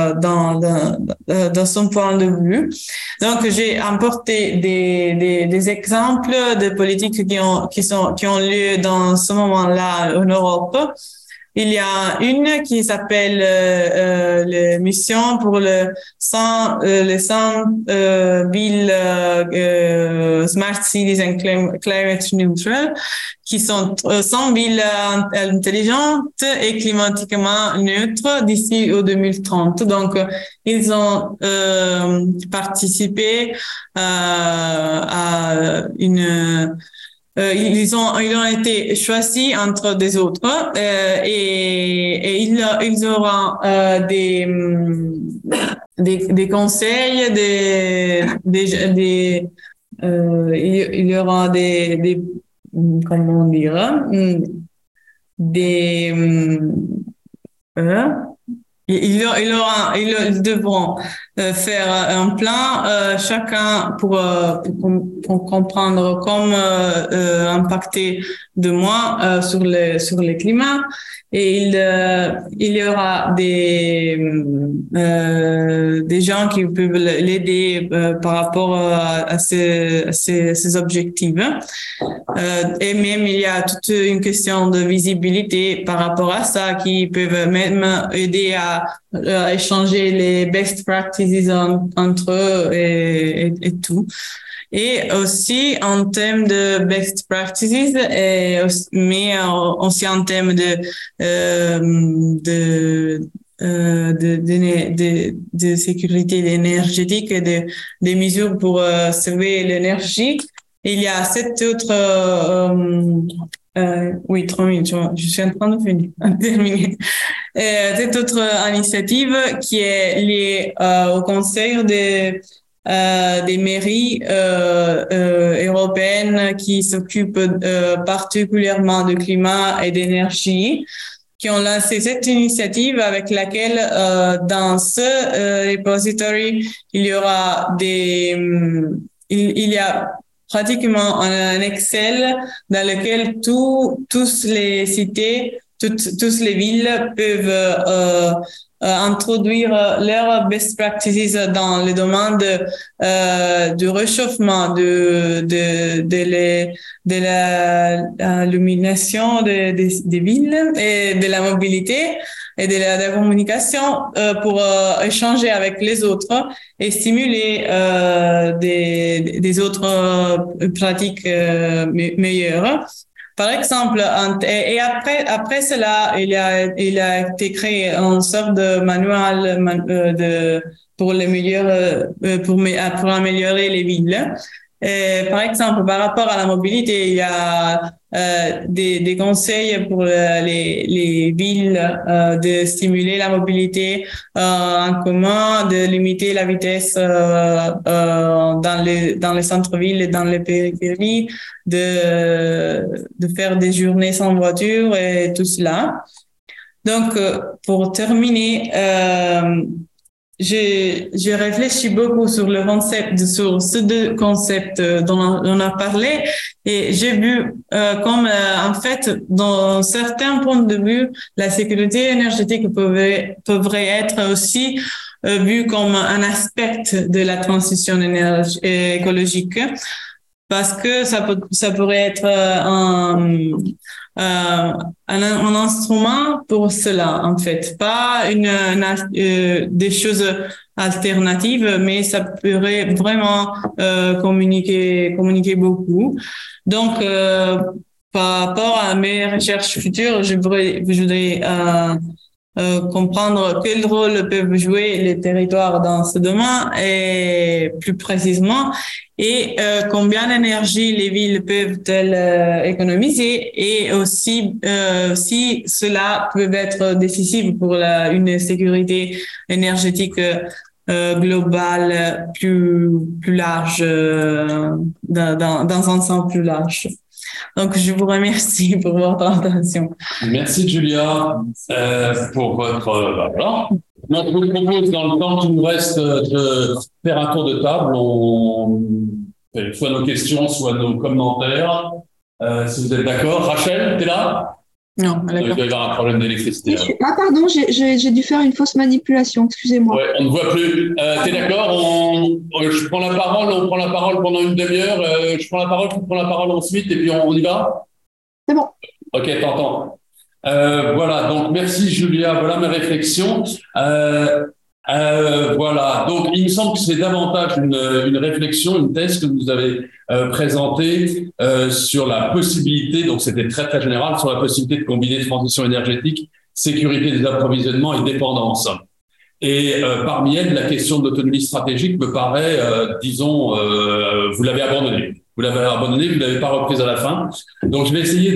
dans son point de vue. Donc, j'ai apporté des exemples de politiques qui ont lieu dans ce moment-là en Europe. Il y a une qui s'appelle la mission pour les 100 villes Smart Cities and Climate Neutral, qui sont 100 villes intelligentes et climatiquement neutres d'ici au 2030. Donc, ils ont participé à une ils ont été choisis entre des autres et ils auront des conseils, il y aura des comment dire des ils devront faire un plan chacun pour comprendre comment impacter de moins sur le climat, et il y aura des gens qui peuvent l'aider par rapport à ces objectifs. Et même il y a toute une question de visibilité par rapport à ça, qui peuvent même aider à échanger les best practices entre eux et tout. Et aussi en termes de best practices, mais aussi en termes de sécurité énergétique et des mesures pour sauver l'énergie. Il y a cette autre oui, 3 minutes, je suis en train de terminer. Cette autre initiative qui est liée au Conseil des mairies européennes qui s'occupent particulièrement du climat et d'énergie, qui ont lancé cette initiative avec laquelle dans ce repository il y aura il y a pratiquement un Excel dans lequel tous les cités, toutes les villes peuvent introduire leurs best practices dans le domaine du réchauffement, de l'illumination des villes et de la mobilité et de la communication pour échanger avec les autres et stimuler des autres pratiques meilleures. Par exemple, et après cela, il a été créé une sorte de manuel pour les meilleurs, pour améliorer les villes. Et par exemple, par rapport à la mobilité, il y a des conseils pour les villes de stimuler la mobilité en commun, de limiter la vitesse dans les centres-villes et dans les périphéries, de faire des journées sans voiture et tout cela. Donc, pour terminer, j'ai réfléchi beaucoup sur sur ces deux concepts dont on a parlé, et j'ai vu comme en fait, dans certains points de vue, la sécurité énergétique devrait être aussi vue comme un aspect de la transition écologique, parce que ça pourrait être un instrument pour cela, en fait, pas des choses alternatives, mais ça pourrait vraiment communiquer beaucoup. Donc, par rapport à mes recherches futures, je voudrais comprendre quel rôle peuvent jouer les territoires dans ce domaine et plus précisément, et combien d'énergie les villes peuvent-elles économiser, et aussi si cela peut être décisif pour une sécurité énergétique globale plus large, dans un sens plus large. Donc, je vous remercie pour votre attention. Merci, Julia, pour votre... voilà. Moi, je vous propose, dans le temps qu'il nous reste, de faire un tour de table. On fait soit nos questions, soit nos commentaires. Si vous êtes d'accord. Rachel, tu es là? Non, il doit y avoir un problème d'électricité. Ah, pardon, j'ai dû faire une fausse manipulation, excusez-moi. Ouais, on ne voit plus. Tu es d'accord? Je prends la parole, on prend la parole pendant une demi-heure. Je prends la parole, tu prends la parole ensuite, et puis on y va? C'est bon. Ok, t'entends. Voilà, donc merci Julia, voilà mes réflexions. Voilà, donc il me semble que c'est davantage une réflexion, une thèse que vous avez présentée sur la possibilité, donc c'était très très général, sur la possibilité de combiner transition énergétique, sécurité des approvisionnements et dépendance. Et parmi elles, la question de l'autonomie stratégique me paraît, disons, vous l'avez abandonnée. Vous ne l'avez pas reprise à la fin. Donc, je vais essayer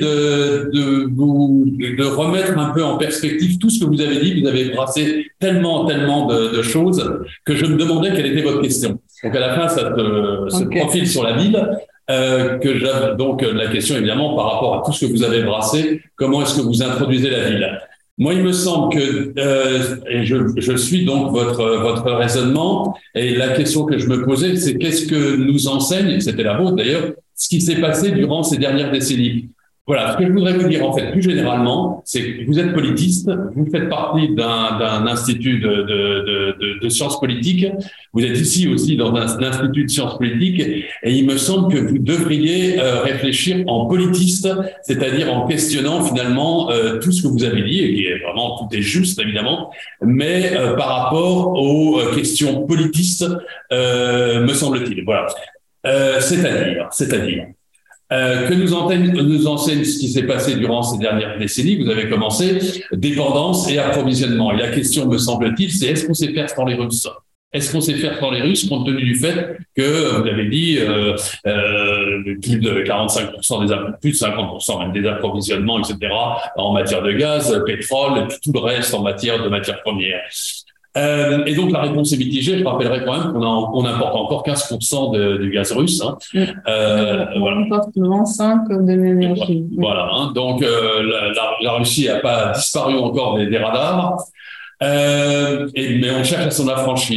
de remettre un peu en perspective tout ce que vous avez dit. Vous avez brassé tellement de choses que je me demandais quelle était votre question. Donc, à la fin, ça se profile sur la ville. Que j'avais donc la question, évidemment, par rapport à tout ce que vous avez brassé, comment est-ce que vous introduisez la ville? Moi, il me semble que, et je suis donc votre raisonnement, et la question que je me posais, c'est qu'est-ce que nous enseigne, c'était la vôtre d'ailleurs, ce qui s'est passé durant ces dernières décennies. Voilà, ce que je voudrais vous dire en fait plus généralement, c'est que vous êtes politiste, vous faites partie d'un institut de sciences politiques, vous êtes ici aussi dans un institut de sciences politiques, et il me semble que vous devriez réfléchir en politiste, c'est-à-dire en questionnant finalement tout ce que vous avez dit, et qui est vraiment, tout est juste évidemment, mais par rapport aux questions politistes, me semble-t-il. Voilà. C'est-à-dire que nous enseigne ce qui s'est passé durant ces dernières décennies. Vous avez commencé dépendance et approvisionnement. Et la question, me semble-t-il, c'est est-ce qu'on sait faire sans les Russes? Est-ce qu'on sait faire sans les Russes compte tenu du fait que, vous l'avez dit, plus de 45%, plus de 50% même des approvisionnements, etc., en matière de gaz, pétrole, et tout le reste en matière de matières premières. Et donc la réponse est mitigée. Je rappellerai quand même qu'on importe encore 15% du gaz russe. Hein. On importe 25 de l'énergie. Voilà. Hein. Donc la Russie n'a pas disparu encore des radars, mais on cherche à s'en affranchir.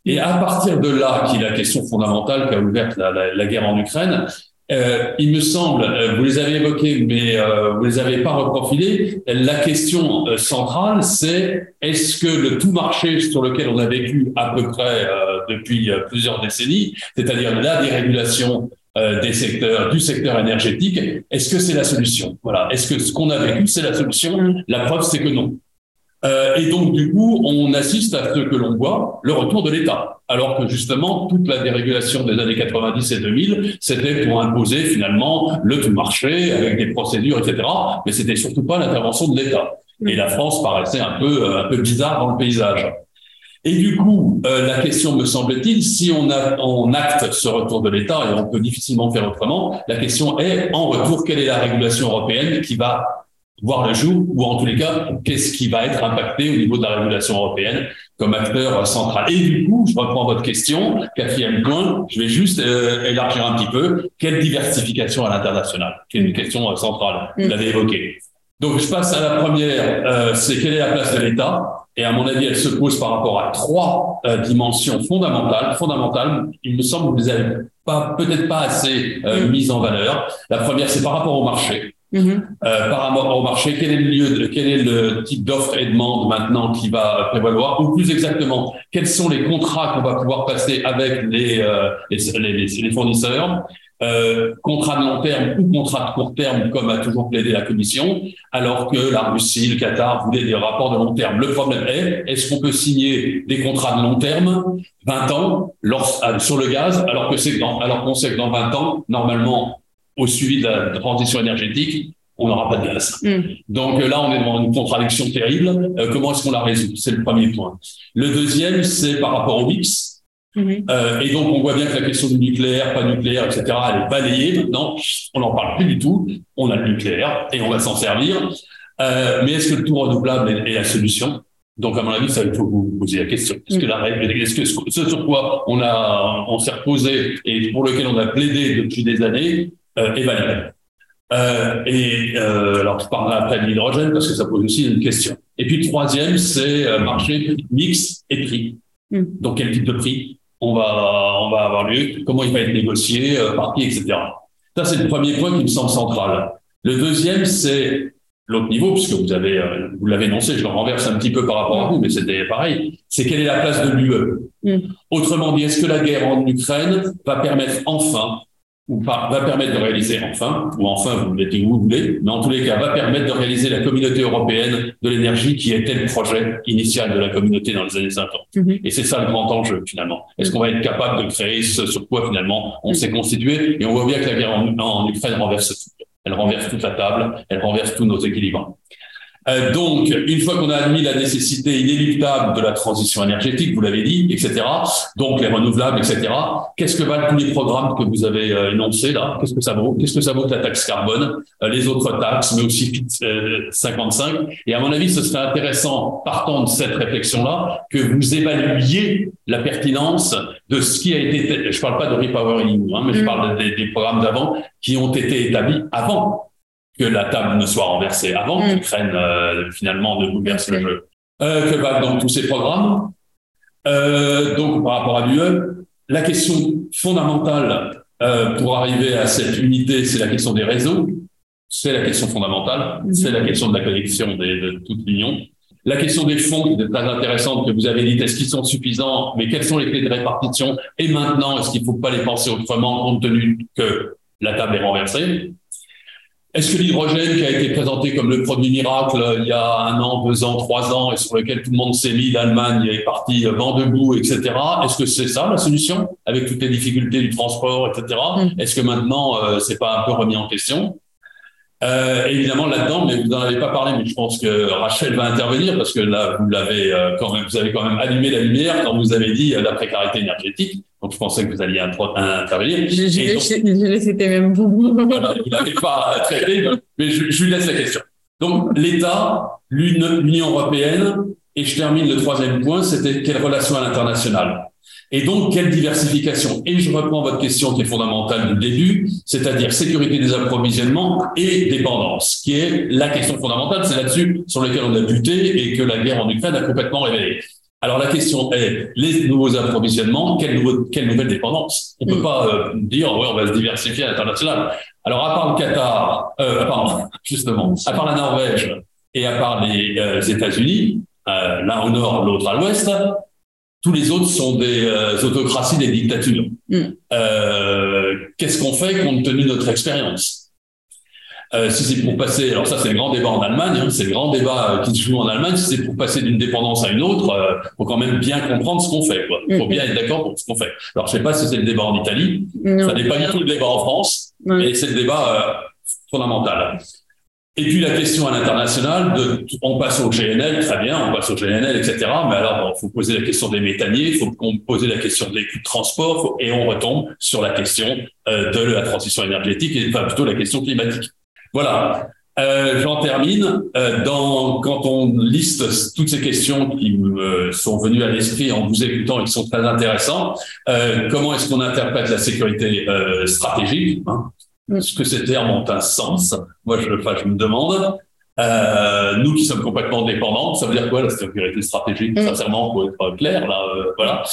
Et à partir de là, qui est la question fondamentale qu'a ouverte la guerre en Ukraine, il me semble, vous les avez évoqués, mais vous les avez pas reprofilés. La question centrale, c'est est-ce que le tout marché sur lequel on a vécu à peu près depuis plusieurs décennies, c'est-à-dire la dérégulation du secteur énergétique, est-ce que c'est la solution? Voilà. Est-ce que ce qu'on a vécu, c'est la solution? La preuve, c'est que non. Et donc, du coup, on assiste à ce que l'on voit, le retour de l'État. Alors que justement, toute la dérégulation des années 90 et 2000, c'était pour imposer finalement le tout marché avec des procédures, etc. Mais c'était surtout pas l'intervention de l'État. Et la France paraissait un peu bizarre dans le paysage. Et du coup, la question, me semble-t-il, si on acte ce retour de l'État, et on peut difficilement faire autrement, la question est, en retour, quelle est la régulation européenne qui va voir le jour, ou en tous les cas, qu'est-ce qui va être impacté au niveau de la régulation européenne comme acteur central. Et du coup, je reprends votre question, quatrième point, je vais juste élargir un petit peu, quelle diversification à l'international, qui est une question centrale, vous l'avez évoqué. Donc, je passe à la première, c'est quelle est la place de l'État? Et à mon avis, elle se pose par rapport à trois dimensions fondamentales. Il me semble que vous les avez peut-être pas assez mises en valeur. La première, c'est par rapport au marché. Par rapport au marché, quel est le type d'offre et demande maintenant qui va prévaloir, ou plus exactement, quels sont les contrats qu'on va pouvoir passer avec les fournisseurs, contrats de long terme ou contrats de court terme, comme a toujours plaidé la Commission, alors que la Russie, le Qatar voulaient des rapports de long terme. Le problème est-ce qu'on peut signer des contrats de long terme, 20 ans, sur le gaz, alors qu'on sait que dans 20 ans, normalement, au suivi de la transition énergétique, on n'aura pas de gaz. Donc là, on est devant une contradiction terrible. Comment est-ce qu'on la résout? C'est le premier point. Le deuxième, c'est par rapport au mix. Et donc, on voit bien que la question du nucléaire, pas nucléaire, etc., elle est balayée. Maintenant, on n'en parle plus du tout. On a le nucléaire et on va s'en servir. Mais est-ce que le tout renouvelable est la solution? Donc, à mon avis, ça, il faut vous poser la question. Est-ce que ce sur quoi on s'est reposé et pour lequel on a plaidé depuis des années, est valide. Alors, je parlerai après de l'hydrogène parce que ça pose aussi une question. Et puis, troisième, c'est marché, mix et prix. Donc, quel type de prix on va avoir lieu, comment il va être négocié, par qui, etc. Ça, c'est le premier point qui me semble central. Le deuxième, c'est l'autre niveau, puisque vous l'avez énoncé, je le renverse un petit peu par rapport à vous, mais c'était pareil, c'est quelle est la place de l'UE. Autrement dit, est-ce que la guerre en Ukraine va permettre de réaliser vous le mettez où vous voulez, mais en tous les cas, va permettre de réaliser la communauté européenne de l'énergie qui était le projet initial de la communauté dans les années 50. Et c'est ça le grand enjeu, finalement. Est-ce qu'on va être capable de créer ce sur quoi, finalement, on s'est constitué? Et on voit bien que la guerre en Ukraine renverse tout. Elle renverse toute la table, elle renverse tous nos équilibres. Donc, une fois qu'on a admis la nécessité inéluctable de la transition énergétique, vous l'avez dit, etc., donc les renouvelables, etc., qu'est-ce que valent tous les programmes que vous avez énoncés là? Qu'est-ce que ça vaut? Qu'est-ce que ça vaut que la taxe carbone, les autres taxes, mais aussi Fit 55? Et à mon avis, ce serait intéressant, partant de cette réflexion-là, que vous évaluiez la pertinence de ce qui a été... Je parle pas de Repower EU, mais je parle des programmes d'avant qui ont été établis avant que la table ne soit renversée, avant que l'Ukraine finalement ne bouleverse le jeu. Que valent donc tous ces programmes? Donc par rapport à l'UE, la question fondamentale pour arriver à cette unité, c'est la question des réseaux, c'est la question fondamentale, c'est la question de la connexion de toute l'Union. La question des fonds, qui est très intéressante, que vous avez dit, est-ce qu'ils sont suffisants, mais quelles sont les clés de répartition? Et maintenant, est-ce qu'il ne faut pas les penser autrement, compte tenu que la table est renversée? Est-ce que l'hydrogène qui a été présenté comme le produit miracle il y a 1 an, 2 ans, 3 ans, et sur lequel tout le monde s'est mis, l'Allemagne est partie vent debout, etc. Est-ce que c'est ça la solution, avec toutes les difficultés du transport, etc. Est-ce que maintenant, c'est pas un peu remis en question? Évidemment là-dedans, mais vous n'en avez pas parlé, mais je pense que Rachel va intervenir parce que là, vous avez quand même allumé la lumière quand vous avez dit la précarité énergétique. Donc, je pensais que vous alliez intervenir. Je l'ai cité même vous. Voilà, vous n'avez pas traité, mais je lui laisse la question. Donc, l'État, l'Union européenne, et je termine le troisième point, c'était quelle relation à l'international? Et donc, quelle diversification? Et je reprends votre question qui est fondamentale du début, c'est-à-dire sécurité des approvisionnements et dépendance, qui est la question fondamentale. C'est là-dessus sur laquelle on a buté et que la guerre en Ukraine a complètement révélé. Alors la question est, les nouveaux approvisionnements, quelle nouvelle dépendance? On peut pas dire, ouais, on va se diversifier à l'international. Alors à part le Qatar, pardon, justement, à part la Norvège et à part les États-Unis, l'un au nord, l'autre à l'ouest, tous les autres sont des autocraties, des dictatures. Qu'est-ce qu'on fait compte tenu de notre expérience? Si c'est pour passer, alors ça c'est le grand débat en Allemagne, hein, c'est le grand débat qui se joue en Allemagne, si c'est pour passer d'une dépendance à une autre, faut quand même bien comprendre ce qu'on fait, quoi. Faut bien être d'accord pour ce qu'on fait. Alors je sais pas si c'est le débat en Italie, ça n'est pas du tout le débat en France, mais c'est le débat fondamental. Et puis la question à l'international, on passe au GNL, très bien, on passe au GNL, etc. Mais alors, il faut poser la question des méthaniers, il faut poser la question des coûts de transport, et on retombe sur la question de la transition énergétique, et enfin plutôt la question climatique. Voilà. J'en termine. Quand on liste toutes ces questions qui me sont venues à l'esprit en vous écoutant et qui sont très intéressantes, comment est-ce qu'on interprète la sécurité stratégique, hein? Est-ce que ces termes ont un sens? Moi, je me demande. Nous qui sommes complètement dépendants, ça veut dire quoi la sécurité stratégique? Sincèrement, pour être clair, là, voilà.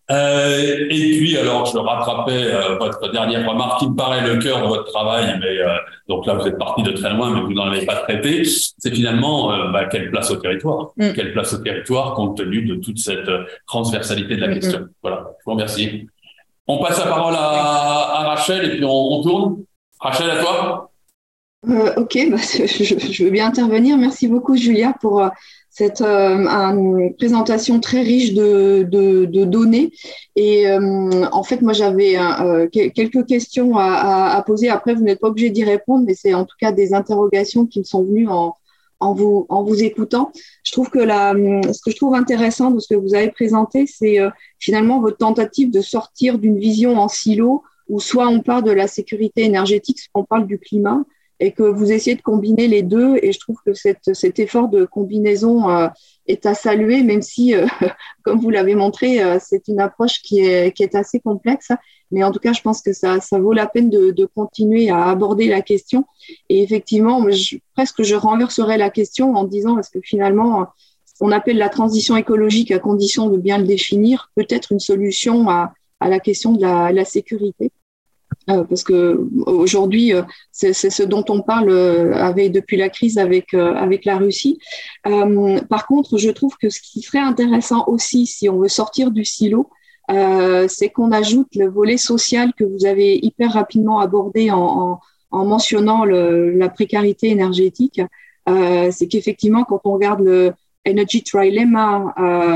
Et puis, alors, je rattrapais votre dernière remarque qui me paraît le cœur de votre travail, mais donc là, vous êtes parti de très loin, mais vous n'en avez pas traité. C'est finalement quelle place au territoire? Quelle place au territoire compte tenu de toute cette transversalité de la question? Voilà, je vous remercie. On passe la parole à Rachel et puis on tourne. Rachel, à toi. Ok, je veux bien intervenir. Merci beaucoup, Julia, pour cette présentation très riche de données. Et en fait, moi, j'avais quelques questions à poser. Après, vous n'êtes pas obligé d'y répondre, mais c'est en tout cas des interrogations qui me sont venues en vous écoutant. Je trouve que ce que je trouve intéressant de ce que vous avez présenté, c'est finalement votre tentative de sortir d'une vision en silo où soit on parle de la sécurité énergétique, soit on parle du climat, et que vous essayez de combiner les deux. Et je trouve que cet effort de combinaison est à saluer, même si, comme vous l'avez montré, c'est une approche qui est assez complexe. Mais en tout cas, je pense que ça vaut la peine de continuer à aborder la question. Et effectivement, presque je renverserai la question en disant, est-ce que finalement, ce qu'on appelle la transition écologique, à condition de bien le définir, peut être une solution à la question de la sécurité. Parce que aujourd'hui, c'est ce dont on parle depuis la crise avec la Russie. Par contre, je trouve que ce qui serait intéressant aussi, si on veut sortir du silo, c'est qu'on ajoute le volet social que vous avez hyper rapidement abordé en mentionnant la précarité énergétique. C'est qu'effectivement, quand on regarde le Energy Trilemma,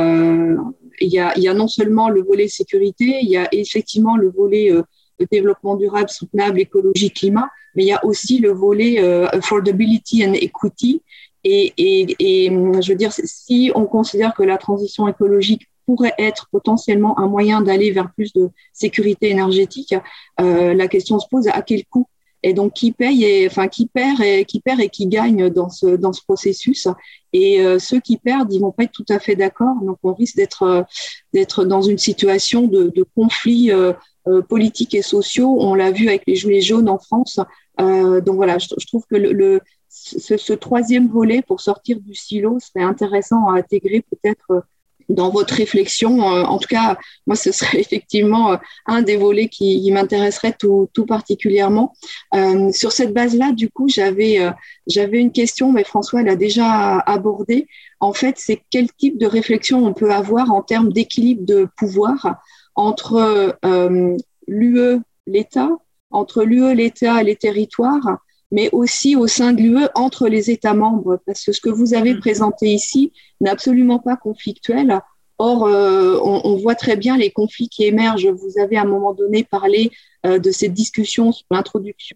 il y a non seulement le volet sécurité, il y a effectivement le volet développement durable, soutenable, écologie, climat, mais il y a aussi le volet affordability and equity. Et je veux dire, si on considère que la transition écologique pourrait être potentiellement un moyen d'aller vers plus de sécurité énergétique, la question se pose à quel coût? Et donc, qui perd et qui gagne dans ce processus. Et ceux qui perdent, ils vont pas être tout à fait d'accord. Donc, on risque d'être dans une situation de conflit politiques et sociaux. On l'a vu avec les Gilets jaunes en France. Donc voilà, je trouve que ce troisième volet pour sortir du silo serait intéressant à intégrer peut-être dans votre réflexion. En tout cas, moi, ce serait effectivement un des volets qui m'intéresserait tout particulièrement. Sur cette base-là, du coup, j'avais une question, mais François l'a déjà abordée. En fait, c'est quel type de réflexion on peut avoir en termes d'équilibre de pouvoir entre l'UE, l'État, entre l'UE, l'État et les territoires, mais aussi au sein de l'UE entre les États membres, parce que ce que vous avez présenté ici n'est absolument pas conflictuel. Or, on voit très bien les conflits qui émergent. Vous avez à un moment donné parlé de cette discussion sur l'introduction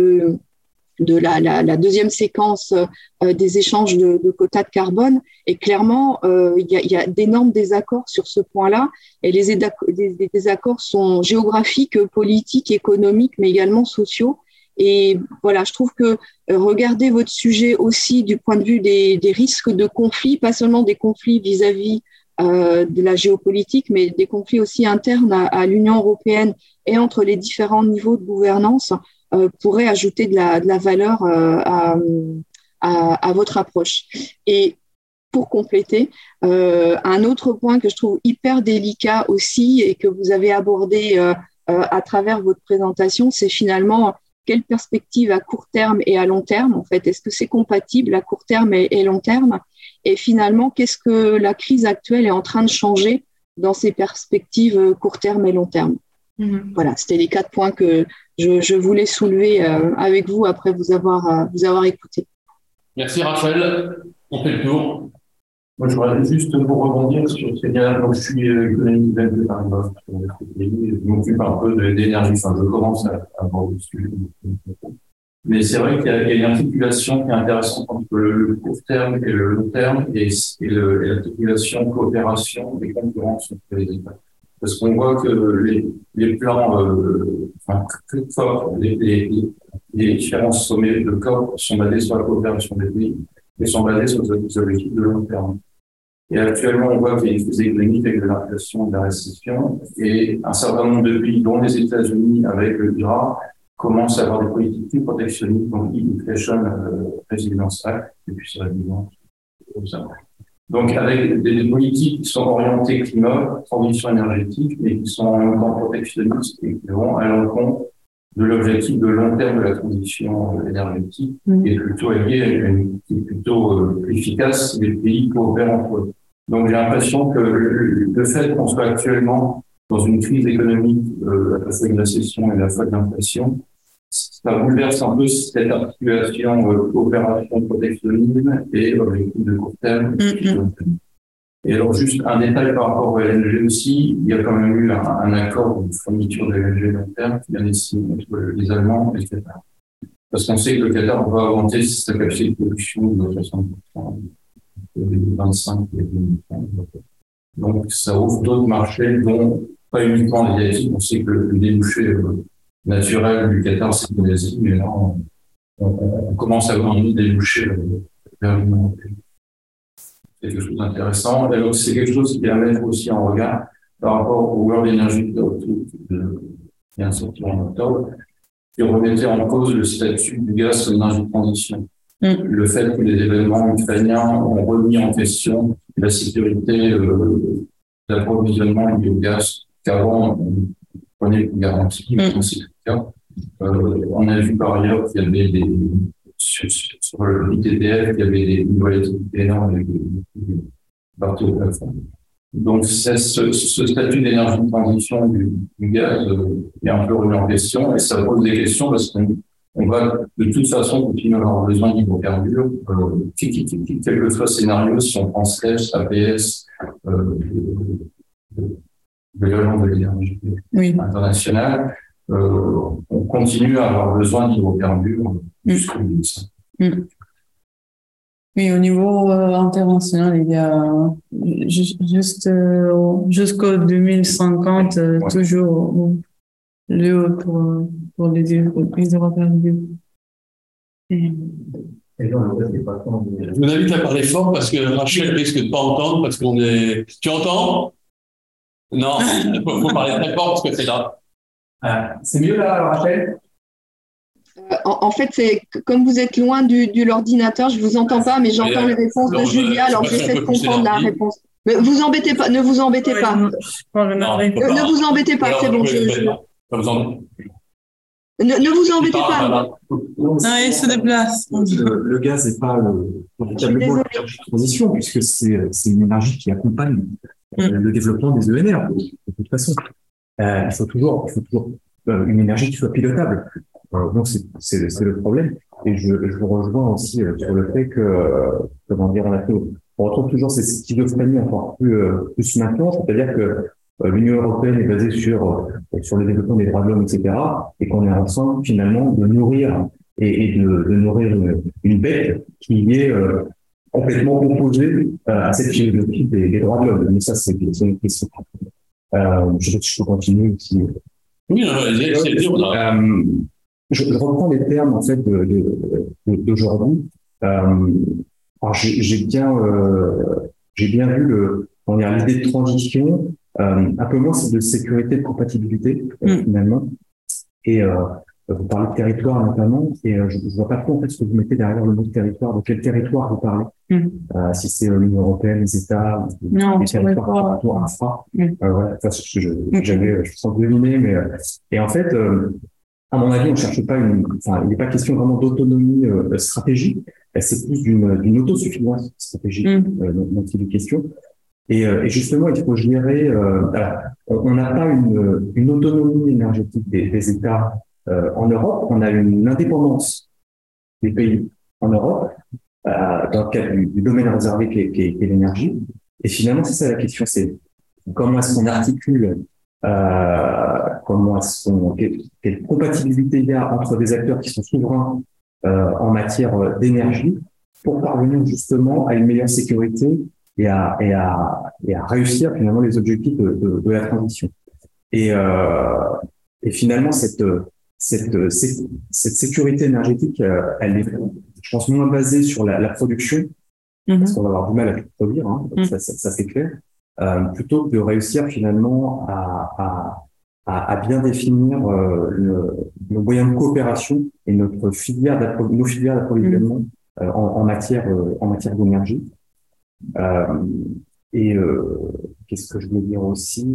de la deuxième séquence des échanges de quotas de carbone. Et clairement, il y a d'énormes désaccords sur ce point-là. Et les désaccords sont géographiques, politiques, économiques, mais également sociaux. Et voilà, je trouve que regardez votre sujet aussi du point de vue des risques de conflits, pas seulement des conflits vis-à-vis de la géopolitique, mais des conflits aussi internes à l'Union européenne et entre les différents niveaux de gouvernance pourrait ajouter de la valeur à votre approche. Et pour compléter, un autre point que je trouve hyper délicat aussi et que vous avez abordé à travers votre présentation, c'est finalement quelle perspective à court terme et à long terme, en fait. Est-ce que c'est compatible à court terme et long terme? Et finalement, qu'est-ce que la crise actuelle est en train de changer dans ces perspectives court terme et long terme? Voilà, c'était les 4 points que je voulais soulever avec vous après vous avoir écouté. Merci Rachel. On fait le tour. Moi, je voudrais juste pour rebondir sur ces dernières. Donc, je suis économiste de Paris-Bas. Je m'occupe un peu d'énergie. Enfin, je commence à avoir le sujet. Mais c'est vrai qu'il y a une articulation qui est intéressante entre le court terme et le long terme et l'articulation coopération et concurrence entre les États. Parce qu'on voit que les plans, les différents sommets de COP sont basés sur la coopération des pays et sont basés sur des objectifs de long terme. Et actuellement, on voit qu'il y a une crise économique avec de l'inflation et de la récession et un certain nombre de pays, dont les États-Unis avec le IRA, commencent à avoir des politiques plus protectionnistes, donc Inflation Resilience Act, et puis c'est la violence, comme ça. Donc, avec des politiques qui sont orientées climat, transition énergétique, et qui sont en même temps protectionnistes et qui vont à l'encontre de l'objectif de long terme de la transition énergétique, qui est plutôt lié, qui est plutôt efficace si les pays coopèrent entre eux. Donc, j'ai l'impression que le fait qu'on soit actuellement dans une crise économique, à la fois de récession et à la fois de l'inflation, ça bouleverse un peu cette articulation coopération protectionnisme et objectif de court terme. Et alors, juste un détail par rapport au LNG aussi, il y a quand même eu un accord de fourniture de LNG long terme qui vient d'être signé entre les Allemands et le Qatar. Parce qu'on sait que le Qatar va augmenter sa capacité de production de 60% en 2025 et 2030. Donc, ça ouvre d'autres marchés, dont pas uniquement les Asiatiques. On sait que le débouché naturel du Qatar, c'est l'Asie, mais là, on commence à avoir un débouché vers l'Union européenne. C'est quelque chose d'intéressant. Et donc, c'est quelque chose qui est à mettre aussi en regard par rapport au World Energy Cloud qui vient de sortir en octobre, qui remettait en cause le statut du gaz comme énergie de transition. Le fait que les événements ukrainiens ont remis en question la sécurité d'approvisionnement du gaz qu'avant on prenait pour garantie, mais c'est le cas. On a vu par ailleurs qu'il y avait sur le ITTF, il y avait des volatilités énormes partout au plafond. Donc, ce statut d'énergie de transition du gaz est un peu remis en question et ça pose des questions parce qu'on va de toute façon continuer à avoir besoin d'hydrocarbures, quel que soit le scénario, si on prend SLES, APS, de l'Agence de l'énergie internationale, on continue à avoir besoin d'hydrocarbures jusqu'au 2025. Oui, au niveau international, il y a jusqu'au 2050 toujours le haut pour les hydrocarbures. Je vous invite à parler fort parce que Rachel risque de ne pas entendre parce qu'on est. Tu entends? Non, il faut parler très fort parce que c'est là. C'est mieux là, Rachel? En fait, c'est comme vous êtes loin de l'ordinateur, je vous entends pas, mais j'entends les réponses de Julia, alors j'essaie de comprendre la réponse. Mais vous embêtez pas, ne vous embêtez pas. Non, ne vous embêtez pas, c'est bon. Ne vous embêtez pas. Non, il se déplace. Le gaz n'est pas véritablement l'énergie de transition, puisque c'est une énergie qui accompagne le développement des ENR, de toute façon. Il faut toujours une énergie qui soit pilotable. Donc, c'est le problème. Et je vous rejoins aussi sur le fait que, on retrouve toujours ces schizophrénies encore plus maintenant, c'est-à-dire que l'Union européenne est basée sur le développement des droits de l'homme, etc., et qu'on est en train, finalement, de nourrir et de nourrir une bête qui est complètement opposée à cette philosophie des droits de l'homme. Mais ça, c'est une question. Je sais que je peux continuer aussi. Oui, je reprends les termes en fait d'aujourd'hui. Alors j'ai bien vu l'idée de transition, un peu moins c'est de sécurité, de compatibilité finalement. Et Vous parlez de territoire notamment, et je ne vois pas trop en fait ce que vous mettez derrière le mot territoire. De quel territoire vous parlez? Si c'est l'Union européenne, les États, Non, les territoires plutôt infra. Voilà, ça, j'avais, je sens deviner, mais et en fait, à mon avis, on cherche pas enfin, il n'est pas question vraiment d'autonomie stratégique. C'est plus d'une autosuffisance stratégique dont il est question. Et justement, il faut gérer. Alors, on n'a pas une autonomie énergétique des États en Europe. On a une indépendance des pays en Europe dans le cadre du domaine réservé qui est l'énergie. Et finalement, c'est ça la question, c'est comment est-ce qu'on articule, quelle compatibilité il y a entre des acteurs qui sont souverains en matière d'énergie pour parvenir justement à une meilleure sécurité et à réussir finalement les objectifs de la transition. Et finalement, cette sécurité énergétique, elle est, je pense, moins basée sur la production, parce qu'on va avoir du mal à tout produire, hein, ça c'est clair, plutôt que de réussir finalement à bien définir nos moyens de coopération et nos filières d'approvisionnement en matière d'énergie. Qu'est-ce que je voulais dire aussi?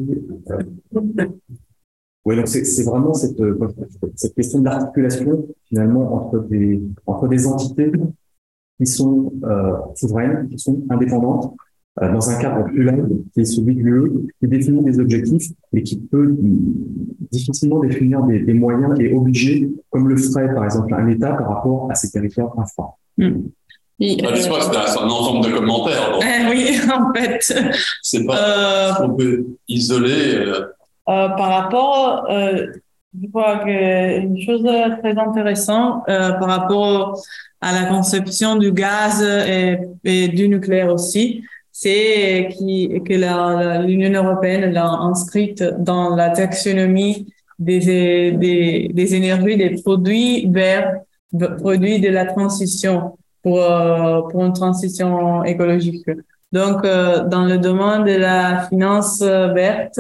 Oui, donc c'est vraiment cette question de l'articulation finalement entre des entités qui sont souveraines, qui sont indépendantes, dans un cadre plus large qui est celui de l'UE, qui définit des objectifs, mais qui peut difficilement définir des moyens et obliger, comme le ferait par exemple un État par rapport à ses territoires infra. Oui, c'est un ensemble de commentaires. Donc. Oui, en fait. C'est pas ce qu'on peut isoler. Par rapport, je crois qu'une chose très intéressante par rapport à la conception du gaz et du nucléaire aussi, c'est que l'Union européenne l'a inscrite dans la taxonomie des énergies, des produits verts, produits de la transition pour une transition écologique. Donc, dans le domaine de la finance verte,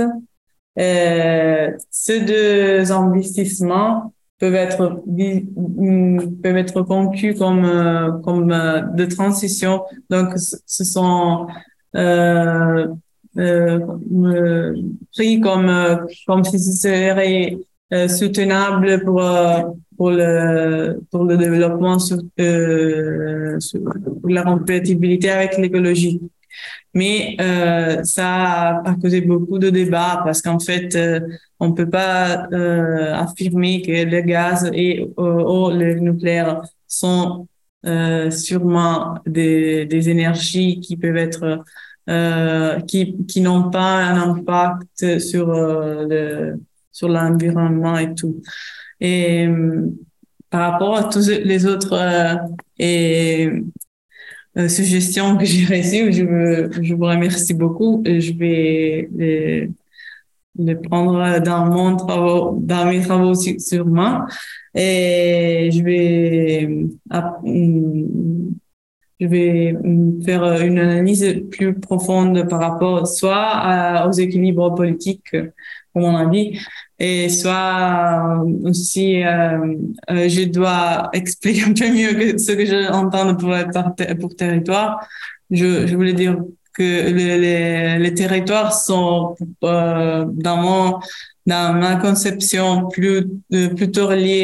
ces deux investissements peuvent être conclus comme de transition. Donc, ce sont pris comme si ce serait soutenable pour le développement sur la compatibilité avec l'écologie. Mais ça a causé beaucoup de débats parce qu'en fait, on peut pas affirmer que le gaz ou le nucléaire sont sûrement des énergies qui peuvent être qui n'ont pas un impact sur l'environnement et tout. Et par rapport à tous les autres suggestions que j'ai reçues, je vous remercie beaucoup. Je vais les prendre dans mes travaux sûrement. Et je vais faire une analyse plus profonde par rapport soit aux équilibres politiques, comme on a dit, et soit aussi je dois expliquer un peu mieux que ce que j'entends pour territoire. Je voulais dire que les territoires sont dans ma conception plutôt reliés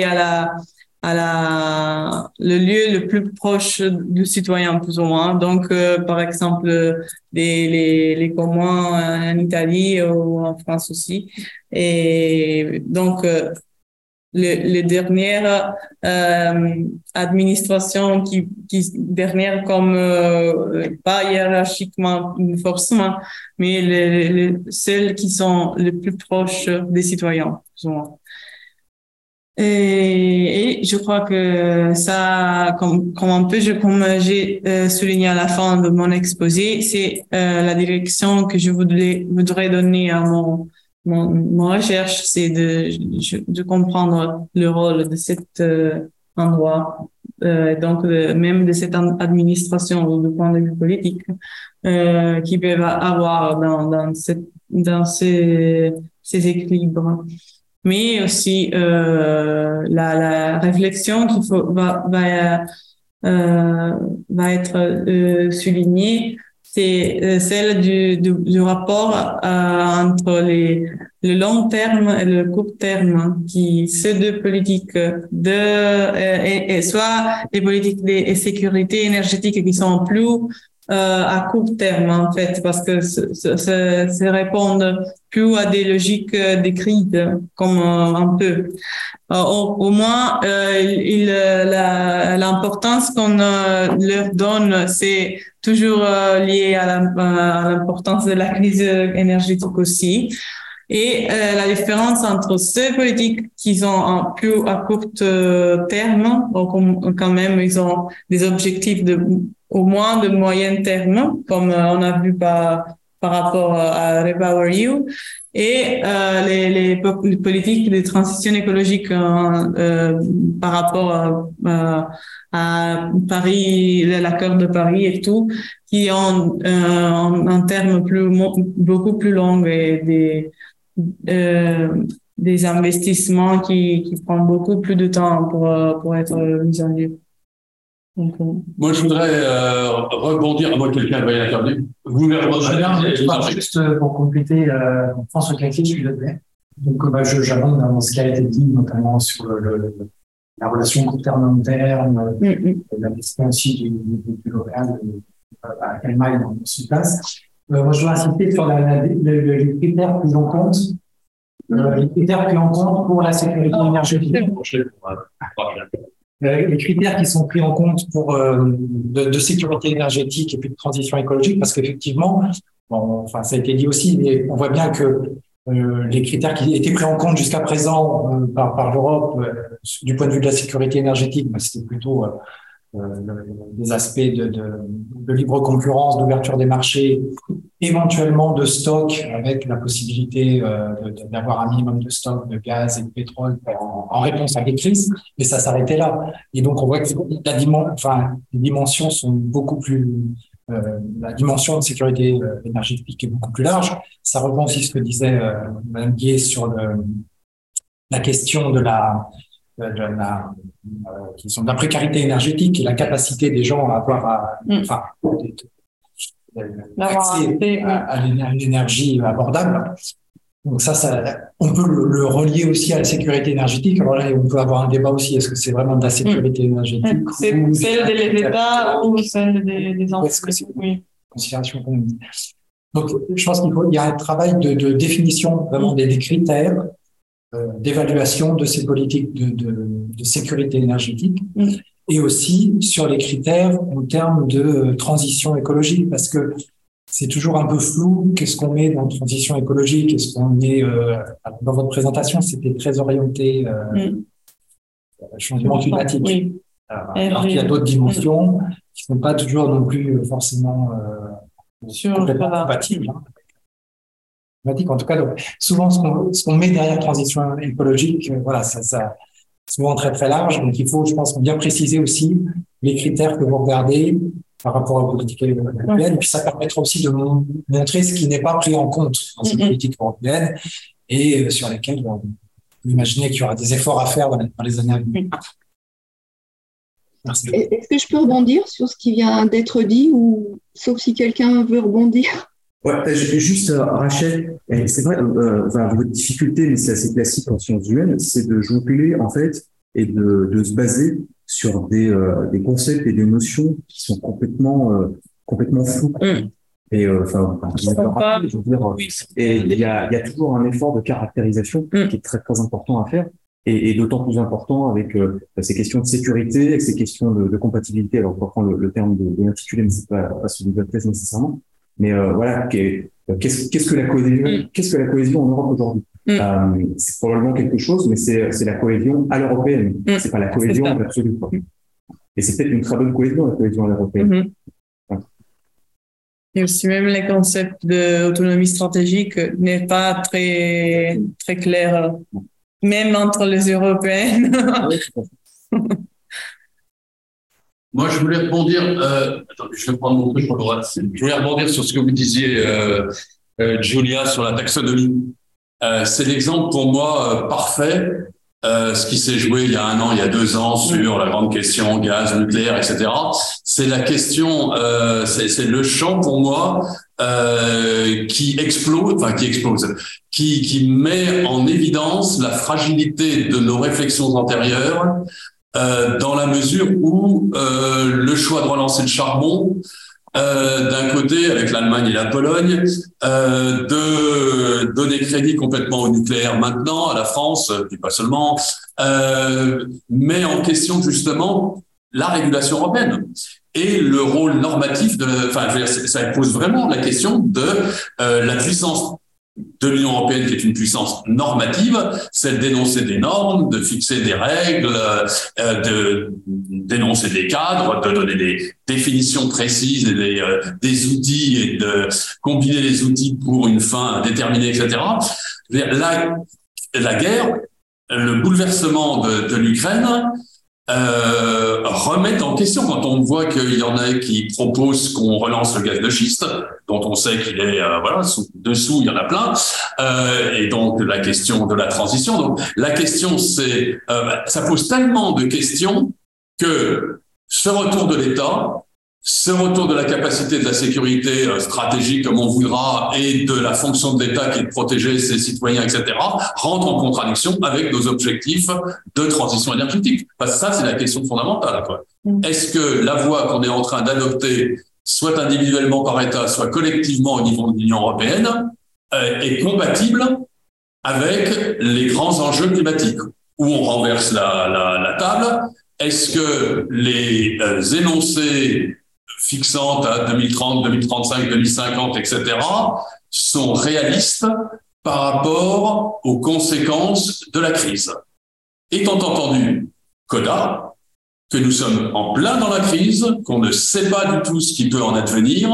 à le lieu le plus proche du citoyen, plus ou moins. Donc, par exemple, les communs en Italie ou en France aussi. Et donc, les dernières administrations dernières comme pas hiérarchiquement forcément, mais celles qui sont les plus proches des citoyens, plus ou moins. Et je crois que ça, comme j'ai souligné à la fin de mon exposé, c'est la direction que je voudrais donner à mon recherche, c'est de comprendre le rôle de cet endroit, donc même de cette administration du point de vue politique, qui peuvent avoir dans ces équilibres. mais aussi la réflexion va être soulignée, c'est celle du rapport entre le long terme et le court terme, ces deux politiques et soit les politiques de sécurité énergétique qui sont plus à court terme en fait, parce que se répondent plus à des logiques de crise, comme un peu. Au moins, l'importance qu'on leur donne, c'est toujours lié à l'importance de la crise énergétique aussi. Et la différence entre ces politiques qui sont plus à court terme, donc quand même ils ont des objectifs au moins de moyen terme, comme on a vu par rapport à REPowerEU, et les politiques de transition écologique par rapport à Paris, l'accord de Paris et tout, qui ont un terme beaucoup plus long et des investissements qui prennent beaucoup plus de temps pour être mis en œuvre. Moi, je voudrais rebondir. Moi, quelqu'un va y intervenir. Vous voulez rebondir? Juste pour compléter, François Claquier, je suis là-dedans. Donc, j'abonde dans ce qui a été dit, notamment sur la relation court terme long terme, la question aussi du local, à quelle maille on se place. Moi, je veux insister sur les critères pris en compte. Les critères pris en compte pour la sécurité énergétique. Les critères qui sont pris en compte pour de sécurité énergétique et puis de transition écologique, parce qu'effectivement, ça a été dit aussi, mais on voit bien que les critères qui étaient pris en compte jusqu'à présent par l'Europe du point de vue de la sécurité énergétique, c'était plutôt des aspects de libre concurrence, d'ouverture des marchés, éventuellement de stock, avec la possibilité d'avoir un minimum de stock de gaz et de pétrole en réponse à des crises, mais ça s'arrêtait là. Et donc, on voit que les dimensions sont beaucoup plus... la dimension de sécurité énergétique est beaucoup plus large. Ça reprend aussi ce que disait Mme Guier sur la question de la précarité énergétique et la capacité des gens à avoir accès à l'énergie abordable. Donc on peut le relier aussi à la sécurité énergétique. Alors là, on peut avoir un débat aussi. Est-ce que c'est vraiment de la sécurité énergétique c'est celle des États ou celle des entreprises? Oui. Considération qu'on dit. Donc, je pense qu'il y a un travail de définition vraiment des critères d'évaluation de ces politiques de sécurité énergétique et aussi sur les critères en termes de transition écologique, parce que c'est toujours un peu flou. Qu'est-ce qu'on met dans transition écologique? Est-ce qu'on met dans votre présentation, c'était très orienté changement climatique. Oui. Alors qu'il y a d'autres dimensions qui ne sont pas toujours non plus forcément complètement compatibles. En tout cas, donc, souvent, ce qu'on met derrière transition écologique, ça c'est souvent très, très large. Donc, il faut, je pense, bien préciser aussi les critères que vous regardez par rapport à la politique européenne. Et puis, ça permettra aussi de montrer ce qui n'est pas pris en compte dans cette politique européenne et sur lesquels on peut imaginer qu'il y aura des efforts à faire dans les années à venir. Merci. Est-ce que je peux rebondir sur ce qui vient d'être dit, ou sauf si quelqu'un veut rebondir? Ouais, juste Rachel, c'est vrai, votre difficulté, mais c'est assez classique en sciences humaines, c'est de jongler en fait et de se baser sur des concepts et des notions qui sont complètement flous. Et je veux dire, et il y a toujours un effort de caractérisation qui est très très important à faire, et d'autant plus important avec ces questions de sécurité, avec ces questions de compatibilité. Alors, on va prendre le terme de l'intitulé, mais c'est pas celui de la thèse nécessairement. Mais qu'est-ce que la cohésion? Qu'est-ce que la cohésion en Europe aujourd'hui? C'est probablement quelque chose, mais c'est la cohésion à l'européenne. C'est pas la cohésion absolue. Et c'est peut-être une très bonne cohésion, la cohésion à l'européenne. Et aussi même les concepts d'autonomie stratégique n'est pas très très clair, même entre les Européennes. Moi, je voulais rebondir. Attendez, je vais prendre mon truc pour droite. Je voulais rebondir sur ce que vous disiez, Julia, sur la taxonomie. C'est l'exemple pour moi parfait. Ce qui s'est joué il y a 1 an, il y a 2 ans sur la grande question gaz, nucléaire, etc. C'est la question, c'est le champ pour moi qui met en évidence la fragilité de nos réflexions antérieures dans la mesure où le choix de relancer le charbon d'un côté, avec l'Allemagne et la Pologne, de donner crédit complètement au nucléaire maintenant, à la France, puis pas seulement, met en question justement la régulation européenne et le rôle normatif enfin, ça pose vraiment la question de la puissance de l'Union européenne, qui est une puissance normative, c'est d'énoncer des normes, de fixer des règles, d'énoncer des cadres, de donner des définitions précises et des outils et de combiner les outils pour une fin déterminée, etc. La guerre, le bouleversement de l'Ukraine remettent en question quand on voit qu'il y en a qui proposent qu'on relance le gaz de schiste, dont on sait qu'il est dessous, il y en a plein, et donc la question de la transition. Donc la question, c'est ça pose tellement de questions que ce retour de l'État, ce retour de la capacité de la sécurité stratégique comme on voudra et de la fonction de l'État qui est de protéger ses citoyens, etc., rentre en contradiction avec nos objectifs de transition énergétique. Parce que ça, c'est la question fondamentale, quoi. Est-ce que la voie qu'on est en train d'adopter, soit individuellement par État, soit collectivement au niveau de l'Union européenne, est compatible avec les grands enjeux climatiques, où on renverse la table? Est-ce que les énoncés fixantes à 2030, 2035, 2050, etc., sont réalistes par rapport aux conséquences de la crise? Étant entendu, Coda, que nous sommes en plein dans la crise, qu'on ne sait pas du tout ce qui peut en advenir,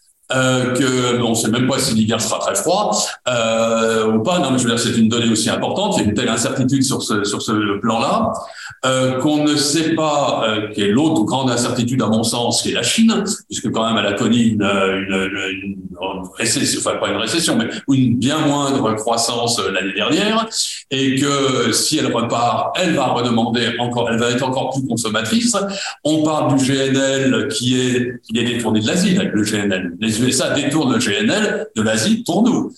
que on ne sait même pas si l'hiver sera très froid ou pas. Non, mais je veux dire, c'est une donnée aussi importante. Il y a une telle incertitude sur ce plan-là qu'on ne sait pas. Qui est l'autre grande incertitude à mon sens, qui est la Chine, puisque quand même elle a connu une récession, enfin pas une récession, mais une bien moindre croissance l'année dernière, et que si elle repart, elle va redemander encore, elle va être encore plus consommatrice. On parle du GNL qui est détourné de l'Asie, avec le GNL. Les USA détournent le GNL de l'Asie pour nous.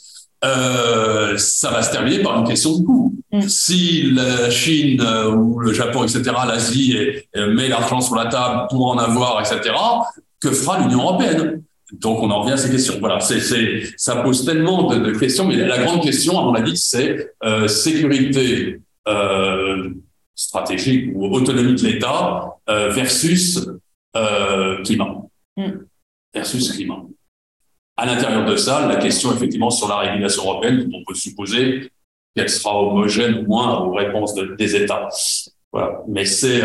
Ça va se terminer par une question de coût. Si la Chine ou le Japon, etc., l'Asie met l'argent sur la table pour en avoir, etc., que fera l'Union européenne? Donc on en revient à ces questions. Voilà, ça pose tellement de questions, mais la grande question, à mon avis, c'est sécurité stratégique ou autonomie de l'État versus climat. Versus climat. À l'intérieur de ça, la question effectivement sur la régulation européenne, on peut supposer qu'elle sera homogène au moins aux réponses des États. Voilà. Mais c'est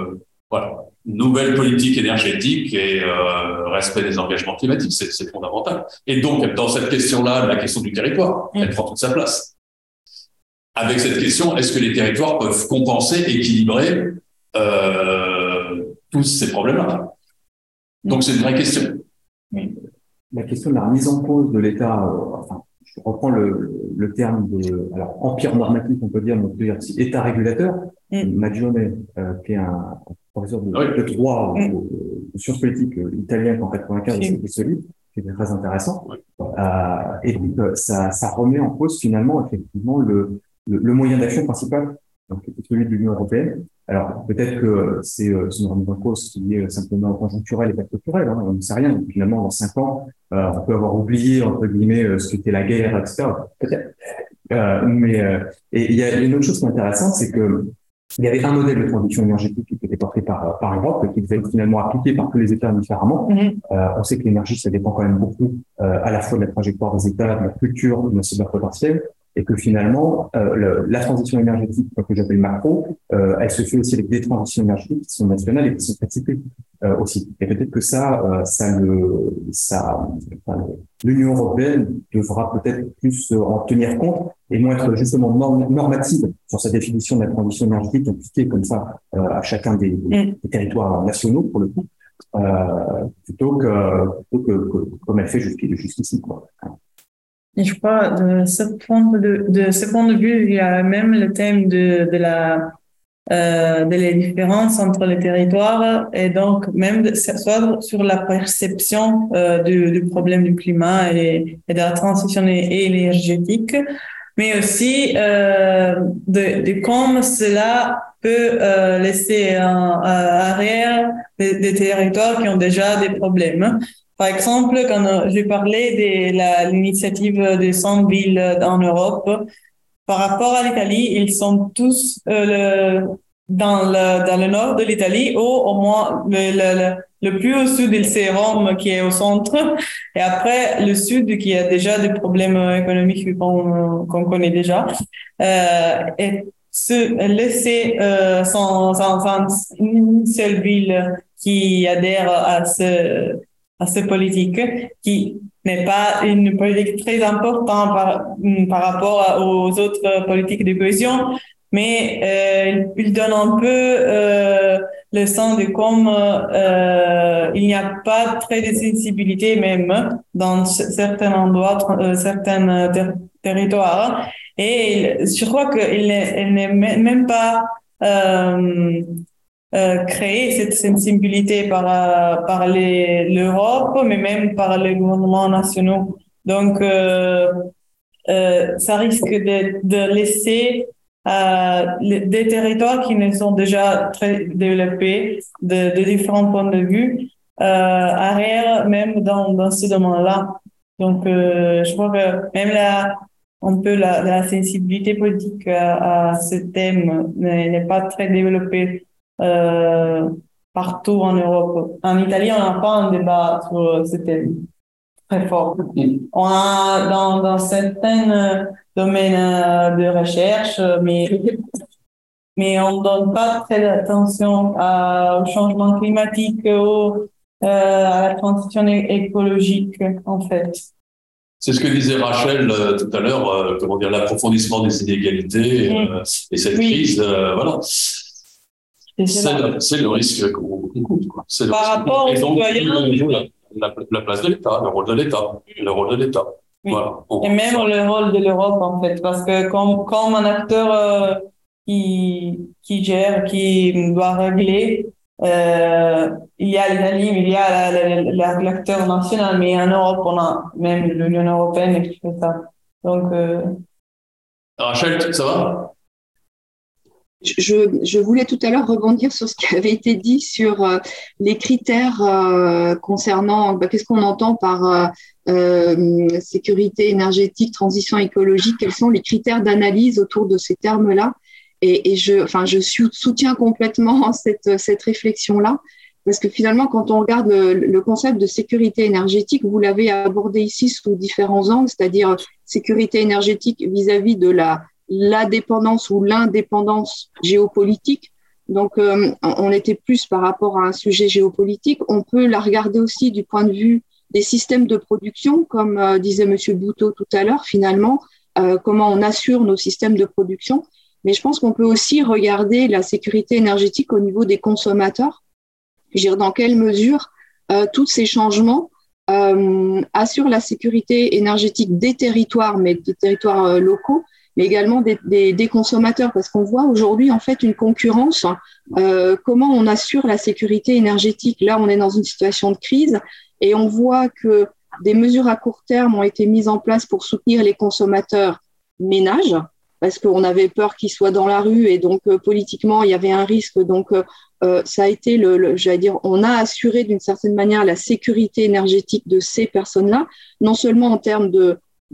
nouvelle politique énergétique et respect des engagements climatiques, c'est fondamental. Et donc dans cette question-là, la question du territoire, elle prend toute sa place. Avec cette question, est-ce que les territoires peuvent compenser, équilibrer tous ces problèmes-là? Donc c'est une vraie question. La question de la remise en cause de l'État, enfin, je reprends le terme alors, empire normatif, on peut dire, mais on peut dire aussi État régulateur. Maggione, qui est un professeur de droit, de sciences politiques italien en 95, c'est solide, qui était très intéressant. Et donc, ça remet en cause finalement, effectivement, le moyen d'action principal, donc, qui est celui de l'Union européenne. Alors, peut-être que c'est une remise en cause qui est simplement conjoncturelle et pas structurelle, hein, on ne sait rien. Finalement, dans 5 ans, on peut avoir oublié, entre guillemets, ce qu'était la guerre, etc. Peut-être. Et il y a une autre chose qui est intéressante, c'est que il y avait un modèle de transition énergétique qui était porté par l'Europe, qui devait être finalement appliqué par tous les États différemment. On sait que l'énergie, ça dépend quand même beaucoup à la fois de la trajectoire des États, de la culture, de leur potentiel, et que finalement, la transition énergétique, que j'appelle macro, elle se fait aussi avec des transitions énergétiques qui sont nationales et qui sont participées aussi. Et peut-être que l'Union européenne devra peut-être plus en tenir compte et moins être justement normative sur sa définition de la transition énergétique, appliquée comme ça à chacun des territoires nationaux pour le coup, plutôt que comme elle fait jusqu'ici, quoi. Et je crois, de ce point de vue, il y a même le thème de les différences entre les territoires et donc même soit sur la perception du problème du climat et de la transition énergétique, mais aussi de comment cela peut laisser arrière des territoires qui ont déjà des problèmes. Par exemple, quand j'ai parlé de l'initiative des 100 villes en Europe, par rapport à l'Italie, ils sont tous dans le nord de l'Italie ou au moins le plus au sud, c'est Rome qui est au centre. Et après, le sud qui a déjà des problèmes économiques qu'on connaît déjà. Et laisser sans une seule ville qui adhère à ce politique qui n'est pas une politique très importante par rapport aux autres politiques de cohésion, mais il donne un peu le sens de comme il n'y a pas très de sensibilité même dans certains endroits, certains territoires. Et je crois qu'il n'est même pas créer cette sensibilité par l'Europe, mais même par les gouvernements nationaux. Donc, ça risque de laisser des territoires qui ne sont déjà très développés de différents points de vue arrière même dans ce domaine-là. Donc, je crois que même la sensibilité politique à ce thème n'est pas très développée partout en Europe. En Italie, on n'a pas un débat sur ce thème très fort. On a dans certains domaines de recherche, mais on donne pas très d'attention au changement climatique ou à la transition écologique, en fait. C'est ce que disait Rachel tout à l'heure, comment dire, l'approfondissement des inégalités et cette crise, voilà. C'est le risque qu'on court, quoi. Par rapport aux citoyens, la place de l'État, le rôle de l'État. Oui. Voilà. Et même le rôle de l'Europe, en fait, parce que comme un acteur qui gère, qui doit régler, il y a l'Italie, il y a l'acteur national, mais en Europe, on a même l'Union européenne qui fait ça. Donc, Rachel, ça va? Je voulais tout à l'heure rebondir sur ce qui avait été dit sur les critères concernant qu'est-ce qu'on entend par sécurité énergétique, transition écologique, quels sont les critères d'analyse autour de ces termes-là. Et je soutiens complètement cette réflexion-là, parce que finalement, quand on regarde le concept de sécurité énergétique, vous l'avez abordé ici sous différents angles, c'est-à-dire sécurité énergétique vis-à-vis de la dépendance ou l'indépendance géopolitique. Donc, on était plus par rapport à un sujet géopolitique. On peut la regarder aussi du point de vue des systèmes de production, comme disait Monsieur Bouteau tout à l'heure, finalement, comment on assure nos systèmes de production. Mais je pense qu'on peut aussi regarder la sécurité énergétique au niveau des consommateurs. Je veux dire, dans quelle mesure tous ces changements assurent la sécurité énergétique des territoires, mais des territoires locaux, mais également des consommateurs, parce qu'on voit aujourd'hui en fait une concurrence. Comment on assure la sécurité énergétique? Là, on est dans une situation de crise et on voit que des mesures à court terme ont été mises en place pour soutenir les consommateurs ménages, parce qu'on avait peur qu'ils soient dans la rue et donc politiquement il y avait un risque. Donc ça a été j'allais dire, on a assuré d'une certaine manière la sécurité énergétique de ces personnes-là, non seulement en termes de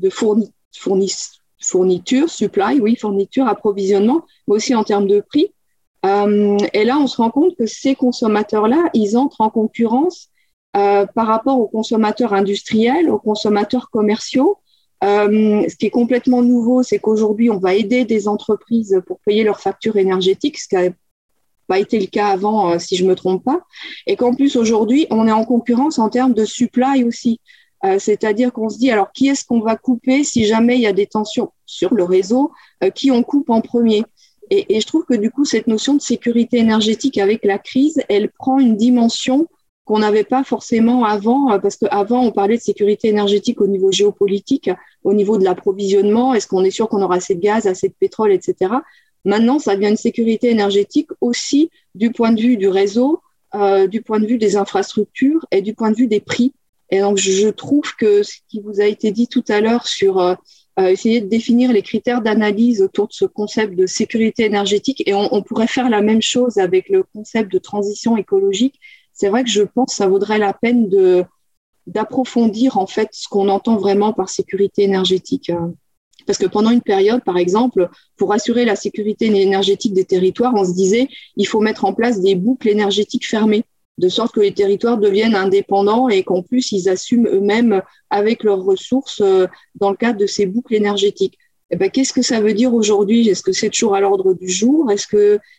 fourniture, approvisionnement, mais aussi en termes de prix. Et là, on se rend compte que ces consommateurs-là, ils entrent en concurrence par rapport aux consommateurs industriels, aux consommateurs commerciaux. Ce qui est complètement nouveau, c'est qu'aujourd'hui, on va aider des entreprises pour payer leurs factures énergétiques, ce qui n'a pas été le cas avant, si je ne me trompe pas. Et qu'en plus, aujourd'hui, on est en concurrence en termes de supply aussi. C'est-à-dire qu'on se dit, alors, qui est-ce qu'on va couper si jamais il y a des tensions sur le réseau, qui on coupe en premier? Et je trouve que du coup, cette notion de sécurité énergétique avec la crise, elle prend une dimension qu'on n'avait pas forcément avant, parce qu'avant, on parlait de sécurité énergétique au niveau géopolitique, au niveau de l'approvisionnement, est-ce qu'on est sûr qu'on aura assez de gaz, assez de pétrole, etc. Maintenant, ça devient une sécurité énergétique aussi du point de vue du réseau, du point de vue des infrastructures et du point de vue des prix. Et donc, je trouve que ce qui vous a été dit tout à l'heure sur essayer de définir les critères d'analyse autour de ce concept de sécurité énergétique, et on pourrait faire la même chose avec le concept de transition écologique. C'est vrai que je pense que ça vaudrait la peine d'approfondir en fait ce qu'on entend vraiment par sécurité énergétique. Parce que pendant une période, par exemple, pour assurer la sécurité énergétique des territoires, on se disait il faut mettre en place des boucles énergétiques fermées, de sorte que les territoires deviennent indépendants et qu'en plus, ils assument eux-mêmes avec leurs ressources dans le cadre de ces boucles énergétiques. Eh ben, qu'est-ce que ça veut dire aujourd'hui? Est-ce que c'est toujours à l'ordre du jour? Est-ce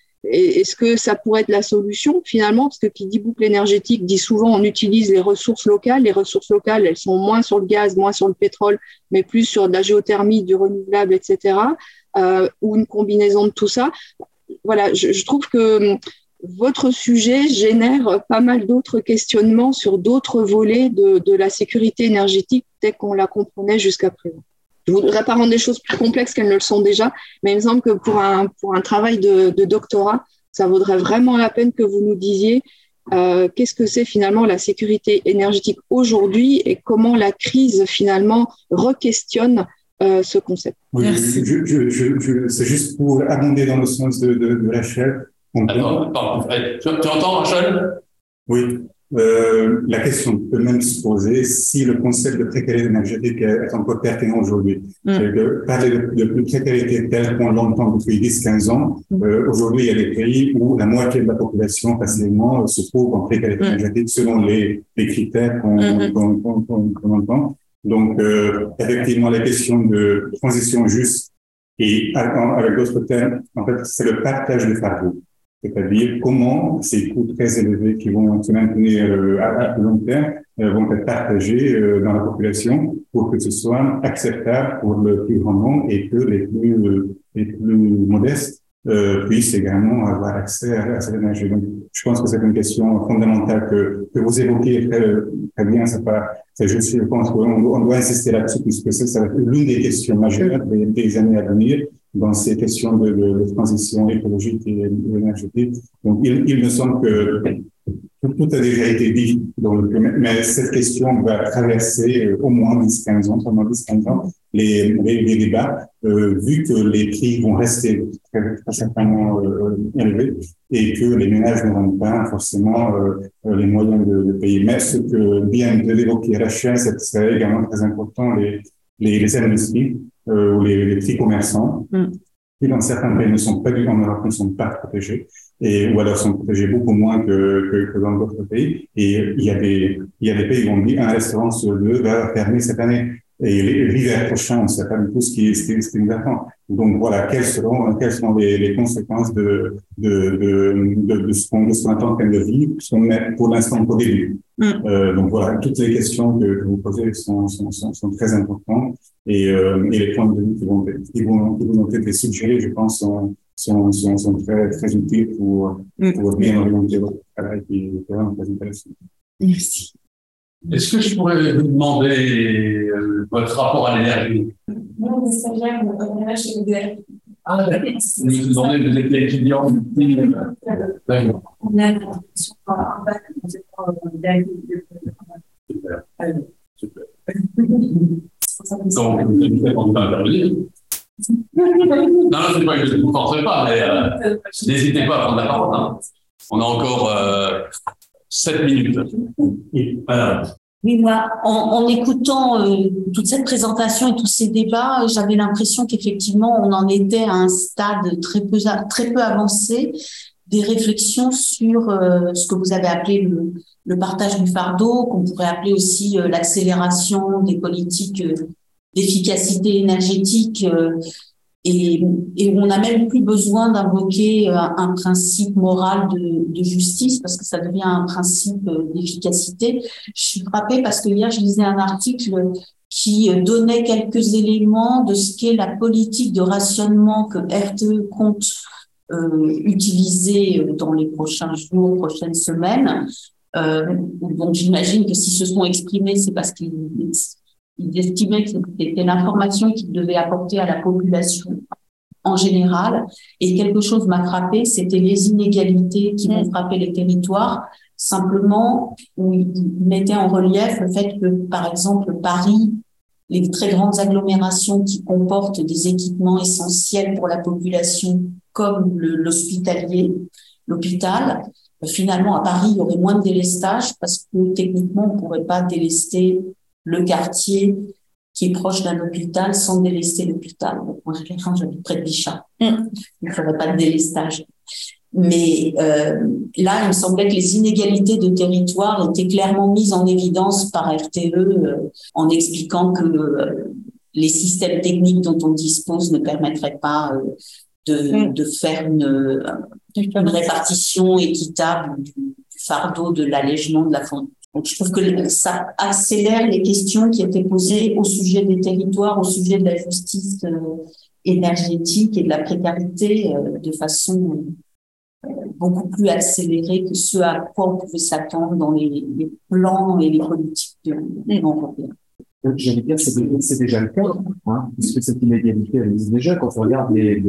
que ça pourrait être la solution finalement? Parce que qui dit boucle énergétique dit souvent on utilise les ressources locales. Les ressources locales, elles sont moins sur le gaz, moins sur le pétrole, mais plus sur de la géothermie, du renouvelable, etc. Ou une combinaison de tout ça. Voilà, je trouve que votre sujet génère pas mal d'autres questionnements sur d'autres volets de la sécurité énergétique telle qu'on la comprenait jusqu'à présent. Je ne voudrais pas rendre des choses plus complexes qu'elles ne le sont déjà, mais il me semble que pour un travail de doctorat, ça vaudrait vraiment la peine que vous nous disiez qu'est-ce que c'est finalement la sécurité énergétique aujourd'hui et comment la crise finalement re-questionne ce concept. Oui, Merci. c'est juste pour abonder dans le sens de Rachel. Attends, pardon. Tu entends, Rachel? Oui. La question peut même se poser si le concept de précarité énergétique est encore pertinent aujourd'hui. Parler de précarité telle qu'on l'entend depuis 10-15 ans, aujourd'hui, il y a des pays où la moitié de la population facilement se trouve en précarité énergétique selon les critères qu'on entend. Donc, effectivement, la question de transition juste et avec d'autres termes, en fait, c'est le partage du fardeau. C'est-à-dire comment ces coûts très élevés qui vont se maintenir à long terme vont être partagés dans la population pour que ce soit acceptable pour le plus grand nombre et que les plus modestes puissent également avoir accès à cette énergie. Donc, je pense que c'est une question fondamentale que vous évoquez très bien. C'est juste, je pense qu'on doit insister là-dessus puisque ça va être l'une des questions majeures des années à venir dans ces questions de transition écologique et énergétique. Donc, il me semble que tout a déjà été dit. Donc, mais cette question va traverser au moins 10-15 ans, pendant 10-15 ans, les débats, vu que les prix vont rester très certainement élevés et que les ménages n'auront pas forcément les moyens de payer. Mais ce que vient de l'évoquer Rachel, c'est également très important, les industries ou les petits commerçants qui dans certains pays ne sont pas du tout en Europe, ne sont pas protégés ou alors sont protégés beaucoup moins que dans d'autres pays. Et il y a des pays où on dit un restaurant sur deux va fermer cette année. Et l'hiver prochain, on ne sait pas du tout ce qui nous attend. Donc voilà, quelles seront les conséquences de ce qu'on est en train de vivre, ce qu'on est pour l'instant au début. Donc voilà, toutes les questions que vous posez sont très importantes et les points de vue qui vont être suggérés, je pense, sont très très utiles pour bien orienter votre travail qui est vraiment très intéressant. Merci. Est-ce que je pourrais vous demander votre rapport à l'énergie? Non, mais ça vient, on est chez EDF. Ah, d'accord. Vous nous demandez, vous êtes étudiant. D'accord. On a sur un bac, on sait pas, Super. Donc, vous ne faites pas intervenir. Non, c'est pas que je ne vous forcerai pas, mais n'hésitez pas à prendre la parole. Hein. On a encore 7 minutes. Voilà. Oui, moi, en écoutant toute cette présentation et tous ces débats, j'avais l'impression qu'effectivement, on en était à un stade très peu avancé des réflexions sur ce que vous avez appelé le partage du fardeau, qu'on pourrait appeler aussi l'accélération des politiques d'efficacité énergétique et où on n'a même plus besoin d'invoquer un principe moral de justice parce que ça devient un principe d'efficacité. Je suis frappée parce que hier, je lisais un article qui donnait quelques éléments de ce qu'est la politique de rationnement que RTE compte utiliser dans les prochains jours, prochaines semaines. Donc j'imagine que s'ils se sont exprimés, c'est parce qu'ils estimaient que c'était l'information qu'ils devaient apporter à la population en général. Et quelque chose m'a frappé, c'était les inégalités qui vont frapper les territoires. Simplement, où ils mettaient en relief le fait que, par exemple, Paris, les très grandes agglomérations qui comportent des équipements essentiels pour la population, comme l'hospitalier, l'hôpital, finalement, à Paris, il y aurait moins de délestage parce que techniquement, on ne pourrait pas délester le quartier qui est proche d'un hôpital sans délester l'hôpital. Donc, moi, j'habite près de Bichat. Il ne ferait pas de délestage. Mais là, il me semblait que les inégalités de territoire étaient clairement mises en évidence par RTE en expliquant que les systèmes techniques dont on dispose ne permettraient pas de faire une répartition équitable du fardeau de l'allègement de la frontière. Donc, je trouve que ça accélère les questions qui étaient posées au sujet des territoires, au sujet de la justice énergétique et de la précarité de façon beaucoup plus accélérée que ce à quoi on pouvait s'attendre dans les plans et les politiques de l'Union européenne. J'allais dire, c'est déjà le cas, hein, puisque cette inégalité existe déjà quand on regarde les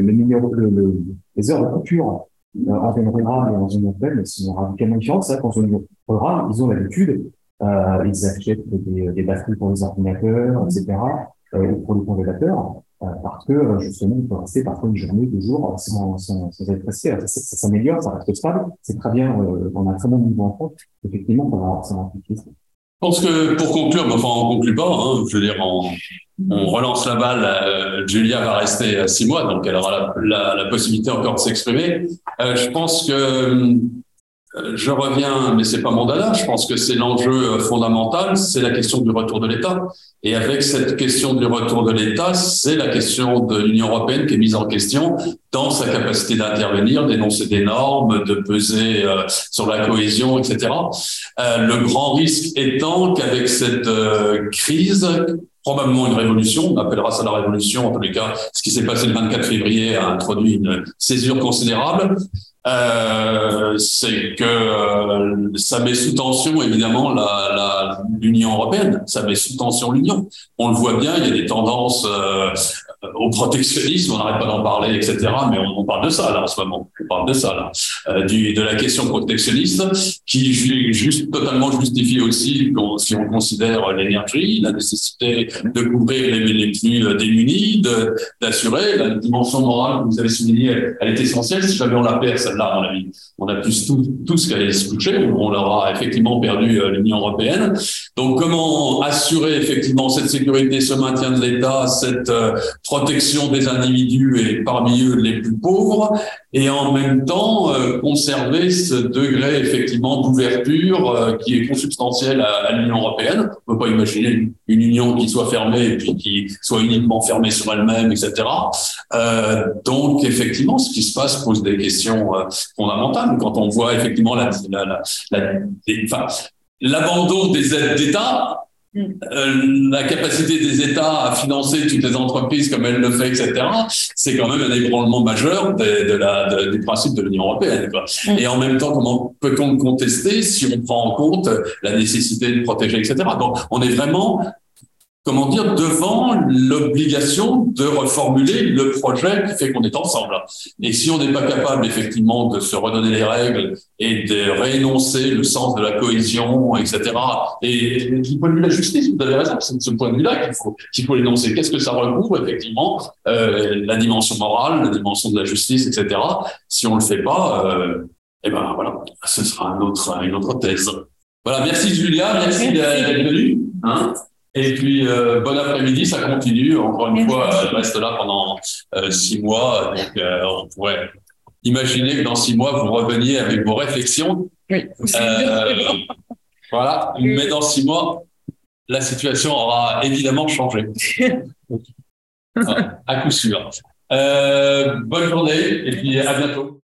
heures de coupure en zone rurale et en zone urbaine, c'est radicalement différent. C'est vrai qu'en zone rurale, ils ont l'habitude, ils achètent des batteries pour les ordinateurs, etc., ou pour les congélateurs, parce que justement, il peut rester parfois une journée, 2 jours sans être pressé. Ça s'améliore, ça reste stable. C'est très bien, on a un très bon niveau en France. Effectivement, ça va impliquer ça. Je pense que pour conclure, enfin on conclut pas, hein, je veux dire, on relance la balle. Julia va rester 6 mois, donc elle aura la possibilité encore de s'exprimer. Je pense que je reviens, mais c'est pas mon dada. Je pense que c'est l'enjeu fondamental, c'est la question du retour de l'État. Et avec cette question du retour de l'État, c'est la question de l'Union européenne qui est mise en question dans sa capacité d'intervenir, d'énoncer des normes, de peser sur la cohésion, etc. Le grand risque étant qu'avec cette crise, probablement une révolution, on appellera ça la révolution, en tous les cas, ce qui s'est passé le 24 février a introduit une césure considérable. C'est que ça met sous tension évidemment l'Union européenne, ça met sous tension l'Union. On le voit bien, il y a des tendances au protectionnisme, on n'arrête pas d'en parler, etc. Mais on parle de ça là en ce moment. On parle de ça là, de la question protectionniste qui totalement justifie aussi, si on considère l'énergie, la nécessité de couvrir les plus démunis, d'assurer la dimension morale que vous avez soulignée, elle est essentielle. Si jamais on la perd celle-là, à mon avis, on a plus tous qu'à aller se coucher, on l'aura effectivement perdu l'Union européenne. Donc comment assurer effectivement cette sécurité, ce maintien de l'État, cette protection des individus et parmi eux les plus pauvres, et en même temps conserver ce degré effectivement d'ouverture qui est consubstantiel à l'Union européenne. On ne peut pas imaginer une union qui soit fermée et puis qui soit uniquement fermée sur elle-même, etc. Donc effectivement, ce qui se passe pose des questions fondamentales. Quand on voit effectivement l'abandon des aides d'État, la capacité des États à financer toutes les entreprises comme elle le fait, etc., c'est quand même un ébranlement majeur du principe de l'Union européenne, quoi. Et en même temps, comment peut-on le contester si on prend en compte la nécessité de protéger, etc. Donc, on est vraiment, comment dire, devant l'obligation de reformuler le projet qui fait qu'on est ensemble. Et si on n'est pas capable, effectivement, de se redonner les règles et de réénoncer le sens de la cohésion, etc., et du point de vue de la justice, vous avez raison, c'est de ce point de vue-là qu'il faut l'énoncer. Qu'est-ce que ça recouvre, effectivement, la dimension morale, la dimension de la justice, etc. Si on le fait pas, eh ben voilà, ce sera une autre thèse. Voilà, merci Julia, merci d'être venue. Hein. Et puis, bon après-midi, ça continue. Encore une fois, je reste là pendant 6 mois. Donc, on pourrait imaginer que dans 6 mois, vous reveniez avec vos réflexions. Oui. Voilà. Mais dans 6 mois, la situation aura évidemment changé. À coup sûr. Bonne journée et puis à bientôt.